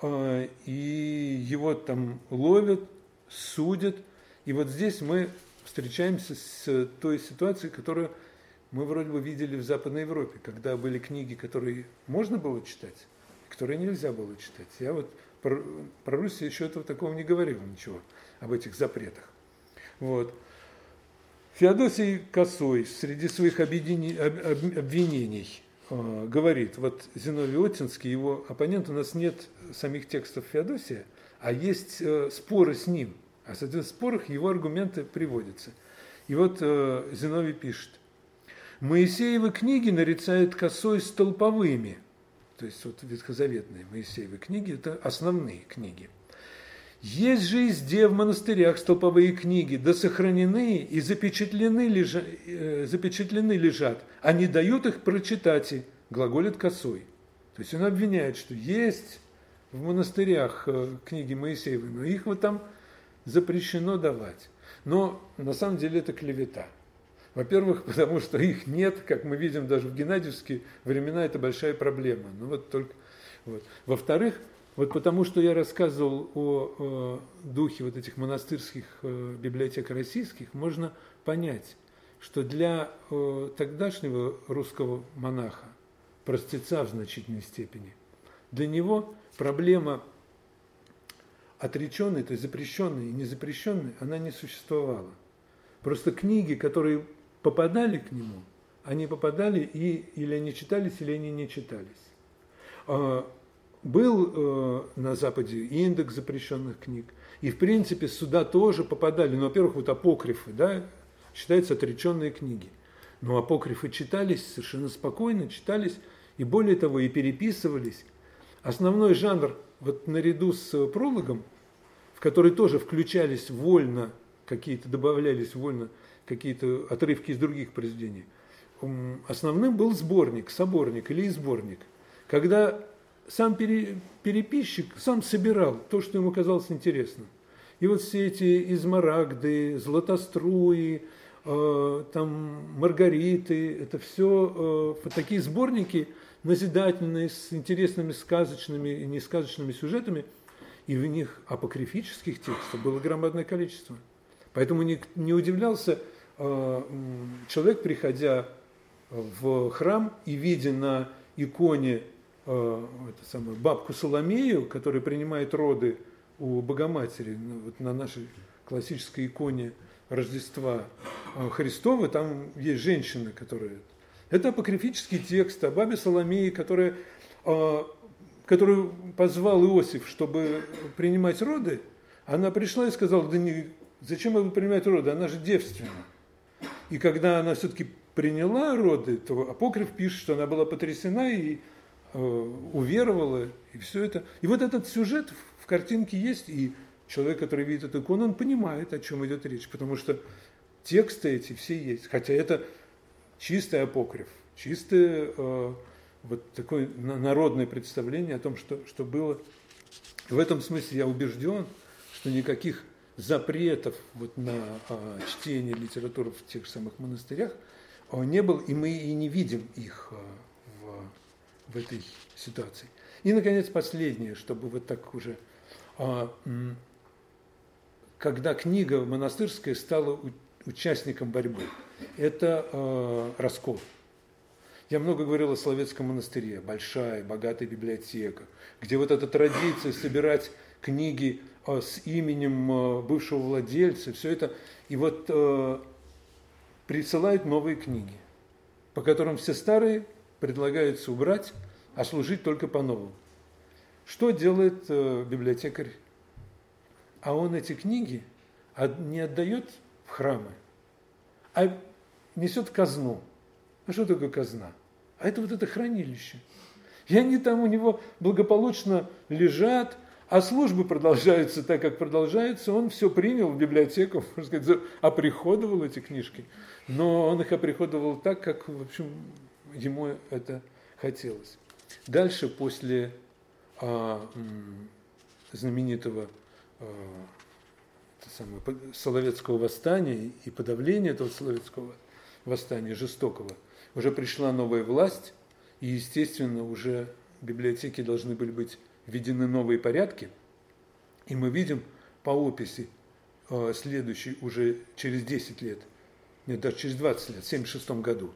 и его там ловят, судят. И вот здесь мы встречаемся с той ситуацией, которую мы вроде бы видели в Западной Европе, когда были книги, которые можно было читать, которые нельзя было читать. Я вот про Русь еще этого такого не говорил ничего, об этих запретах. Вот. Феодосий Косой среди своих обвинений говорит, вот Зиновий Оттинский, его оппонент, у нас нет самих текстов Феодосия, а есть споры с ним. А в этих спорах его аргументы приводятся. И вот Зиновий пишет: «Моисеевы книги нарицают Косой столповыми». То есть вот ветхозаветные Моисеевы книги – это основные книги. «Есть же везде в монастырях столповые книги, да сохранены и запечатлены лежат, а не дают их прочитать, и глаголит Косой». То есть он обвиняет, что есть в монастырях книги Моисеевы, но их вот там запрещено давать. Но на самом деле это клевета. Во-первых, потому что их нет, как мы видим даже в геннадьевские времена, это большая проблема. Ну, вот только, вот. Во-вторых, вот потому что я рассказывал о духе вот этих монастырских библиотек российских, можно понять, что для тогдашнего русского монаха, простеца в значительной степени, для него проблема отреченной, то есть запрещенной и незапрещенной, она не существовала. Просто книги, которые попадали к нему, они попадали или они читались, или они не читались. Был на Западе индекс запрещенных книг, и в принципе сюда тоже попадали, ну, во-первых, вот апокрифы, да, считаются отреченные книги. Но апокрифы читались совершенно спокойно, читались, и более того, и переписывались. Основной жанр, вот наряду с прологом, в который тоже включались вольно какие-то, добавлялись вольно какие-то отрывки из других произведений, основным был сборник, соборник или сборник, когда сам переписчик сам собирал то, что ему казалось интересным. И вот все эти измарагды, златоструи, там маргариты, это все такие сборники назидательные, с интересными сказочными и несказочными сюжетами, и в них апокрифических текстов было громадное количество. Поэтому не удивлялся человек, приходя в храм и видя на иконе бабку Соломею, которая принимает роды у Богоматери, вот на нашей классической иконе Рождества Христова, там есть женщина, которая... Это апокрифический текст о бабе Соломее, которую позвал Иосиф, чтобы принимать роды. Она пришла и сказала: да зачем я буду принимать роды, она же девственна. И когда она все-таки приняла роды, то апокриф пишет, что она была потрясена и уверовала, и все это. И вот этот сюжет в картинке есть, и человек, который видит эту икону, он понимает, о чем идет речь, потому что тексты эти все есть. Хотя это чистый апокриф, чистое вот такое народное представление о том, что было. В этом смысле я убежден, что никаких запретов вот на чтение литературы в тех же самых монастырях не был, и мы и не видим их в этой ситуации. И, наконец, последнее, чтобы вот так уже, когда книга монастырская стала участником борьбы, это раскол. Я много говорил о Соловецком монастыре, большая, богатая библиотека, где вот эта традиция собирать книги с именем бывшего владельца, все это, и вот присылают новые книги, по которым все старые предлагается убрать, а служить только по-новому. Что делает библиотекарь? А он эти книги не отдает в храмы, а несет в казну. А что такое казна? А это вот это хранилище. И они там у него благополучно лежат, а службы продолжаются так, как продолжаются. Он все принял в библиотеку, можно сказать, оприходовал эти книжки. Но он их оприходовал так, как, в общем, ему это хотелось. Дальше, после знаменитого Соловецкого восстания и подавления этого Соловецкого восстания, жестокого, уже пришла новая власть, и, естественно, уже в библиотеке должны были быть введены новые порядки. И мы видим по описи следующий уже через 10 лет, нет, даже через 20 лет, в 1976 году,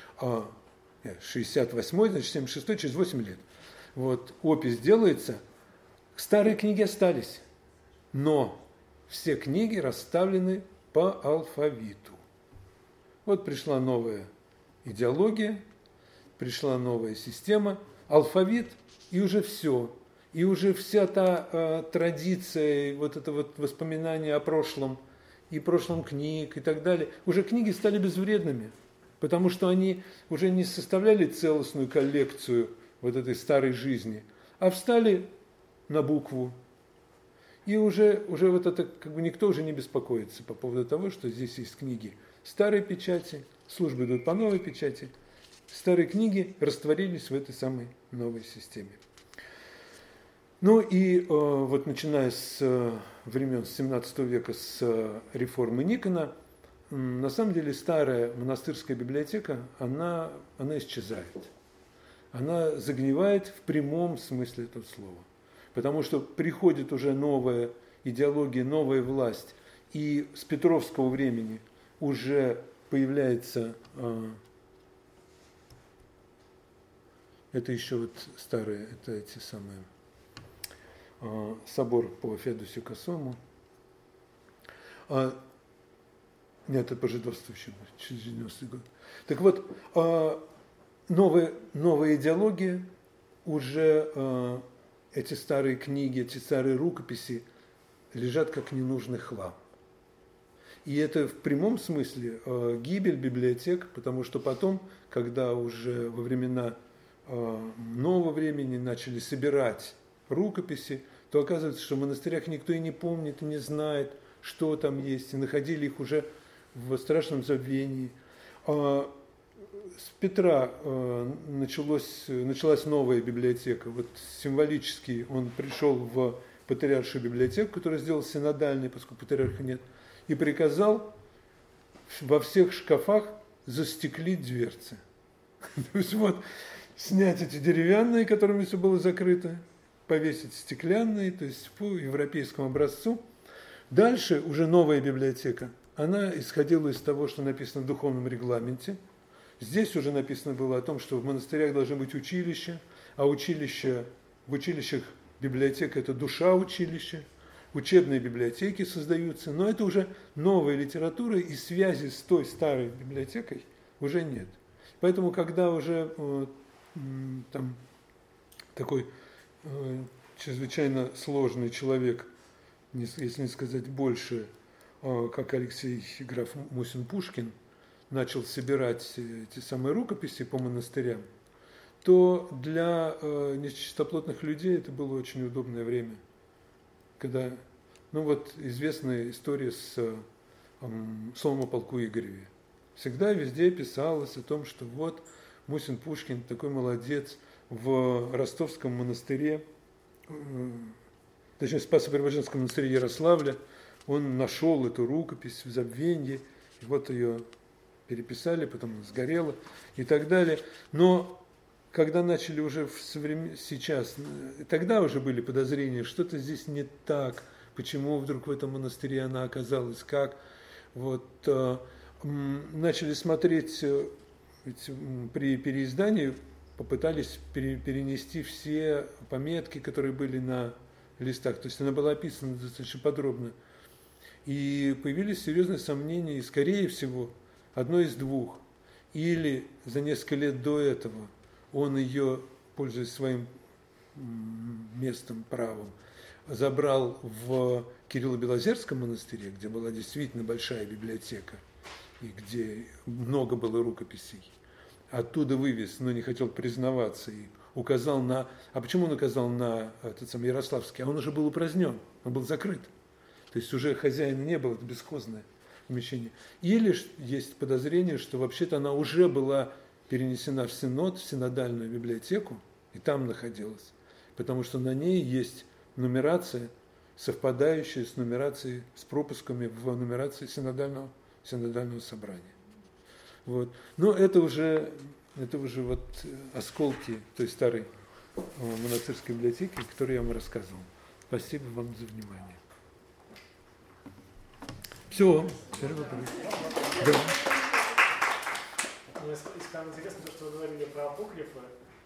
68-й, значит, 76-й, через 8 лет. Вот опись делается, старые книги остались, но все книги расставлены по алфавиту. Вот пришла новая идеология, пришла новая система, алфавит, и уже все. И уже вся та традиция, вот это вот воспоминание о прошлом, и прошлом книг и так далее, уже книги стали безвредными, потому что они уже не составляли целостную коллекцию вот этой старой жизни, а встали на букву. И уже вот это, как бы никто уже не беспокоится по поводу того, что здесь есть книги старой печати, службы идут по новой печати, старые книги растворились в этой самой новой системе. Ну и вот начиная с времен 17 века, с реформы Никона, на самом деле старая монастырская библиотека, она исчезает. Она загнивает в прямом смысле этого слова. Потому что приходит уже новая идеология, новая власть, и с Петровского времени уже появляется, это еще вот старые, это эти самые, собор по Феодосию Косому. Нет, это по жидовствующему, через 90-й год. Так вот, новая идеология, уже эти старые книги, эти старые рукописи лежат как ненужный хлам. И это в прямом смысле гибель библиотек, потому что потом, когда уже во времена нового времени начали собирать рукописи, то оказывается, что в монастырях никто и не помнит, и не знает, что там есть, и находили их уже в страшном забвении. С Петра началась новая библиотека. Вот символически он пришел в патриаршую библиотеку, которую сделал синодальной, поскольку патриарха нет, и приказал во всех шкафах застеклить дверцы. То есть вот снять эти деревянные, которыми все было закрыто, повесить стеклянные, то есть по европейскому образцу. Дальше уже новая библиотека. Она исходила из того, что написано в духовном регламенте. Здесь уже написано было о том, что в монастырях должны быть училища, а в училищах библиотека – это душа училища, учебные библиотеки создаются, но это уже новая литература, и связи с той старой библиотекой уже нет. Поэтому, когда уже там такой чрезвычайно сложный человек, если не сказать больше, как Алексей граф Мусин-Пушкин, начал собирать эти самые рукописи по монастырям, то для нечистоплотных людей это было очень удобное время. Когда, ну вот известная история с словом о полку Игореве. Всегда везде писалось о том, что вот Мусин-Пушкин такой молодец, в ростовском монастыре, точнее, Спасо-Преображенском монастыре Ярославля, он нашел эту рукопись в забвенье, и вот ее переписали, потом она сгорела и так далее. Но когда начали уже сейчас, тогда уже были подозрения, что-то здесь не так, почему вдруг в этом монастыре она оказалась, как. Вот, начали смотреть, при переиздании попытались перенести все пометки, которые были на листах. То есть она была описана достаточно подробно. И появились серьезные сомнения, и скорее всего, одно из двух. Или за несколько лет до этого он ее, пользуясь своим местом, правом, забрал в Кирилло-Белозерском монастыре, где была действительно большая библиотека, и где много было рукописей. Оттуда вывез, но не хотел признаваться, и указал на... А почему он указал на этот самый Ярославский? А он уже был упразднен, он был закрыт. То есть уже хозяина не было, это бесхозное помещение. Или есть подозрение, что вообще-то она уже была перенесена в Синод, в синодальную библиотеку, и там находилась. Потому что на ней есть нумерация, совпадающая с нумерацией, с пропусками в нумерации синодального собрания. Вот. Но это уже вот осколки той старой монастырской библиотеки, которую я вам рассказывал. Спасибо вам за внимание. Все. Да. Мне самое интересное то, что вы говорили про апокрифы.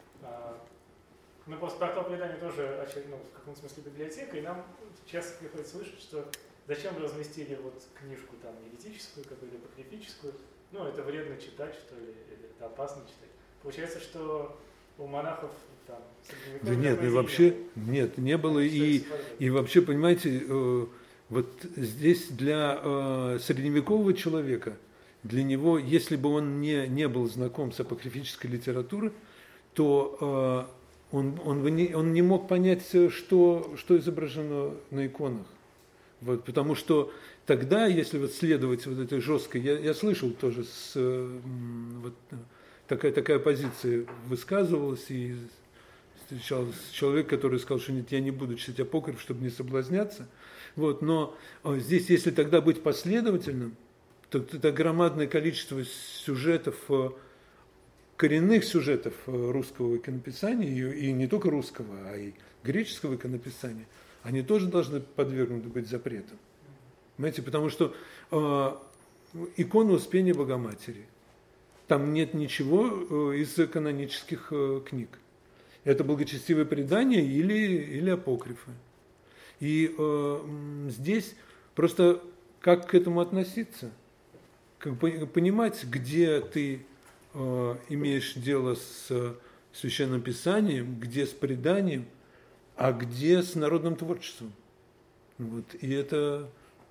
Мы просто про то предание тоже, в каком смысле библиотека, и нам часто приходится слышать, что зачем вы разместили вот книжку там еретическую, какую-то апокрифическую, это вредно читать, что ли, или это опасно читать. Получается, что у монахов там... Да нет, и вообще, нет, не было, и вообще, понимаете, вот здесь для средневекового человека, для него, если бы он не был знаком с апокрифической литературой, то он не мог понять, что изображено на иконах. Вот, потому что тогда, если вот следовать вот этой жесткой, я слышал тоже, вот такая позиция высказывалась, и встречался человек, который сказал, что нет, я не буду читать апокриф, чтобы не соблазняться. Вот, но здесь, если тогда быть последовательным, то это громадное количество сюжетов, коренных сюжетов русского иконописания, и не только русского, а и греческого иконописания, они тоже должны подвергнуты быть запретам. Понимаете, потому что икона Успения Богоматери, там нет ничего из канонических книг. Это благочестивое предание или апокрифы. И здесь просто как к этому относиться? Как понимать, где ты имеешь дело с Священным Писанием, где с преданием, а где с народным творчеством. Вот. И это,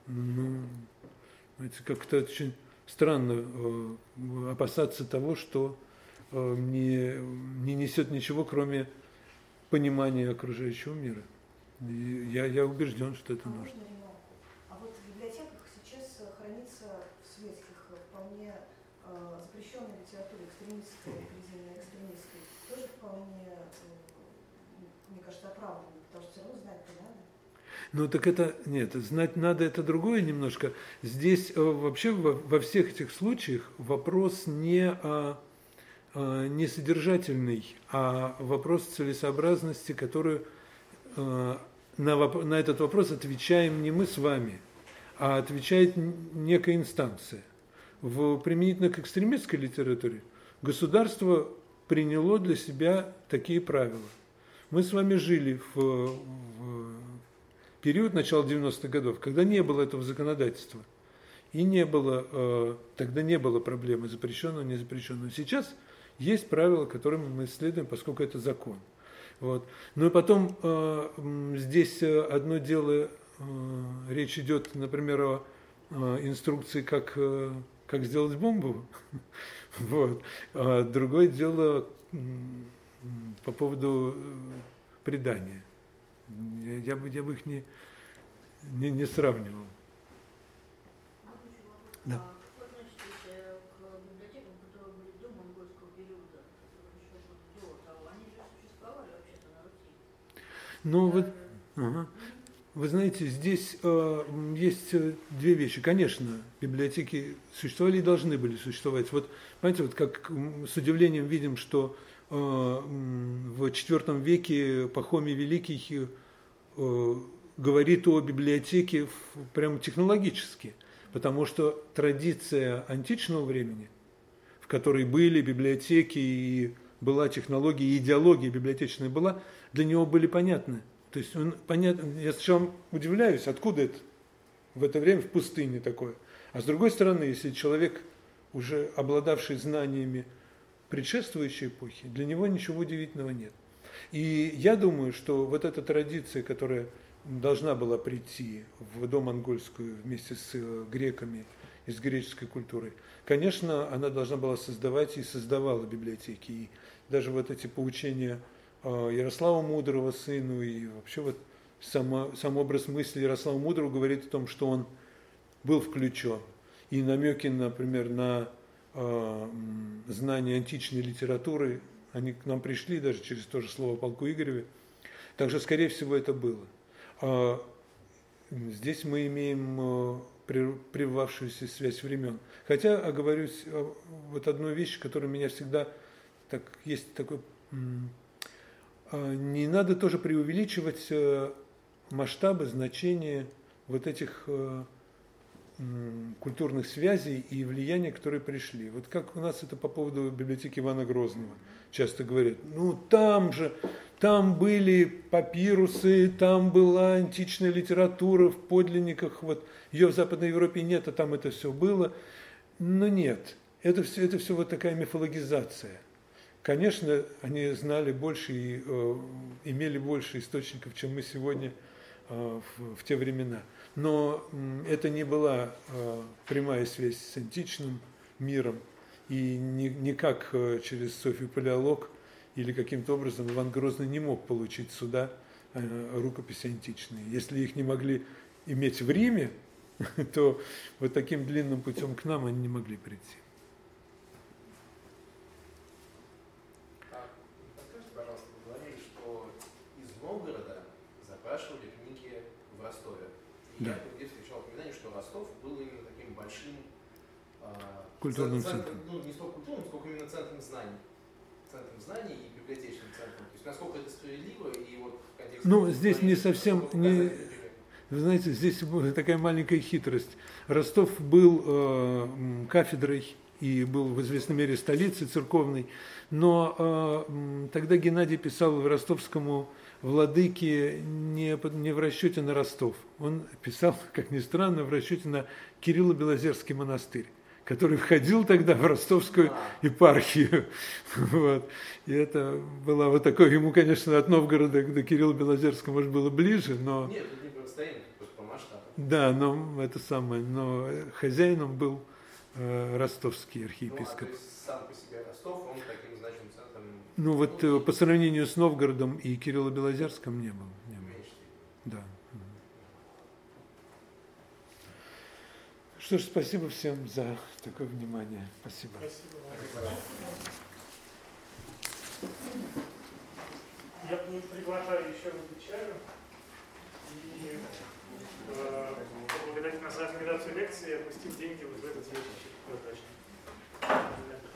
как-то очень странно опасаться того, что не несет ничего, кроме понимания окружающего мира. И я убежден, что это нужно. А вот в библиотеках сейчас хранится в светских вполне запрещенная литература, экстремистская, предельно экстремистская, тоже вполне, мне кажется, оправданно, потому что все равно знать-то надо. Ну так это, нет, знать надо, это другое немножко. Здесь вообще во всех этих случаях вопрос не содержательный, а вопрос целесообразности, которую на этот вопрос отвечаем не мы с вами, а отвечает некая инстанция. Применительно к экстремистской литературе государство приняло для себя такие правила. Мы с вами жили в период начала 90-х годов, когда не было этого законодательства. И тогда не было проблемы запрещенного, незапрещенного. Сейчас есть правила, которым мы следуем, поскольку это закон. Вот. Ну и потом здесь одно дело, речь идет, например, о инструкции, как сделать бомбу. Вот. А другое дело по поводу предания. Я бы их не сравнивал. Да. Ну вот, ага. Вы знаете, здесь есть две вещи. Конечно, библиотеки существовали и должны были существовать. Вот, понимаете, вот как с удивлением видим, что в IV веке Пахомий Великий говорит о библиотеке прямо технологически, потому что традиция античного времени, в которой были библиотеки и была технология, и идеология библиотечная была, для него были понятны. То есть он понятно, я сначала удивляюсь, откуда это в это время в пустыне такое. А с другой стороны, если человек, уже обладавший знаниями предшествующей эпохи, для него ничего удивительного нет. И я думаю, что вот эта традиция, которая должна была прийти в домонгольскую вместе с греками и с греческой культурой, конечно, она должна была создавать и создавала библиотеки. И даже вот эти поучения Ярослава Мудрого сыну, и вообще вот сам образ мысли Ярослава Мудрого говорит о том, что он был включен. И намеки, например, на знание античной литературы, они к нам пришли даже через то же слово о полку Игореве. Также, скорее всего, это было. Здесь мы имеем прервавшуюся связь времен. Хотя, оговорюсь, вот одной вещи, которая меня всегда так есть такой... Не надо тоже преувеличивать масштабы, значения вот этих культурных связей и влияния, которые пришли. Вот как у нас это по поводу библиотеки Ивана Грозного часто говорят. Ну там были папирусы, там была античная литература в подлинниках, вот ее в Западной Европе нет, а там это все было. Но нет, это все вот такая мифологизация. Конечно, они знали больше и имели больше источников, чем мы сегодня в те времена. Но это не была прямая связь с античным миром, и никак через Софию Палеолог или каким-то образом Иван Грозный не мог получить сюда рукописи античные. Если их не могли иметь в Риме, то вот таким длинным путем к нам они не могли прийти. Подскажите, пожалуйста, вы говорили, что из Новгорода запрашивали книги в Ростове. И да. Я где-то встречал упоминание, что Ростов был именно таким большим культурным центром. Ну, не столько культурным, сколько именно центром знаний и библиотечным центром. То есть насколько это справедливо и вот в контексте... Ну, здесь не совсем... Вы знаете, здесь такая маленькая хитрость. Ростов был кафедрой и был в известной мере столицей церковной, но тогда Геннадий писал ростовскому владыке не в расчете на Ростов. Он писал, как ни странно, в расчете на Кирилло-Белозерский монастырь, который входил тогда в ростовскую епархию. Вот. И это было вот такое, ему, конечно, от Новгорода до Кирилла-Белозерского, может, было ближе, но... Нет, это не по расстоянию, просто по масштабу. Да, но это самое, но хозяином был ростовский архиепископ. Ну, то есть сам по себе Ростов, он таким значимым центром... Ну вот по сравнению с Новгородом и Кирилло-Белозерском не был. Да. Что ж, спасибо всем за такое внимание. Спасибо. Спасибо. Я приглашаю еще выпить чаю и поблагодарить нас за организацию лекции и опустить деньги вот в этот ящичек.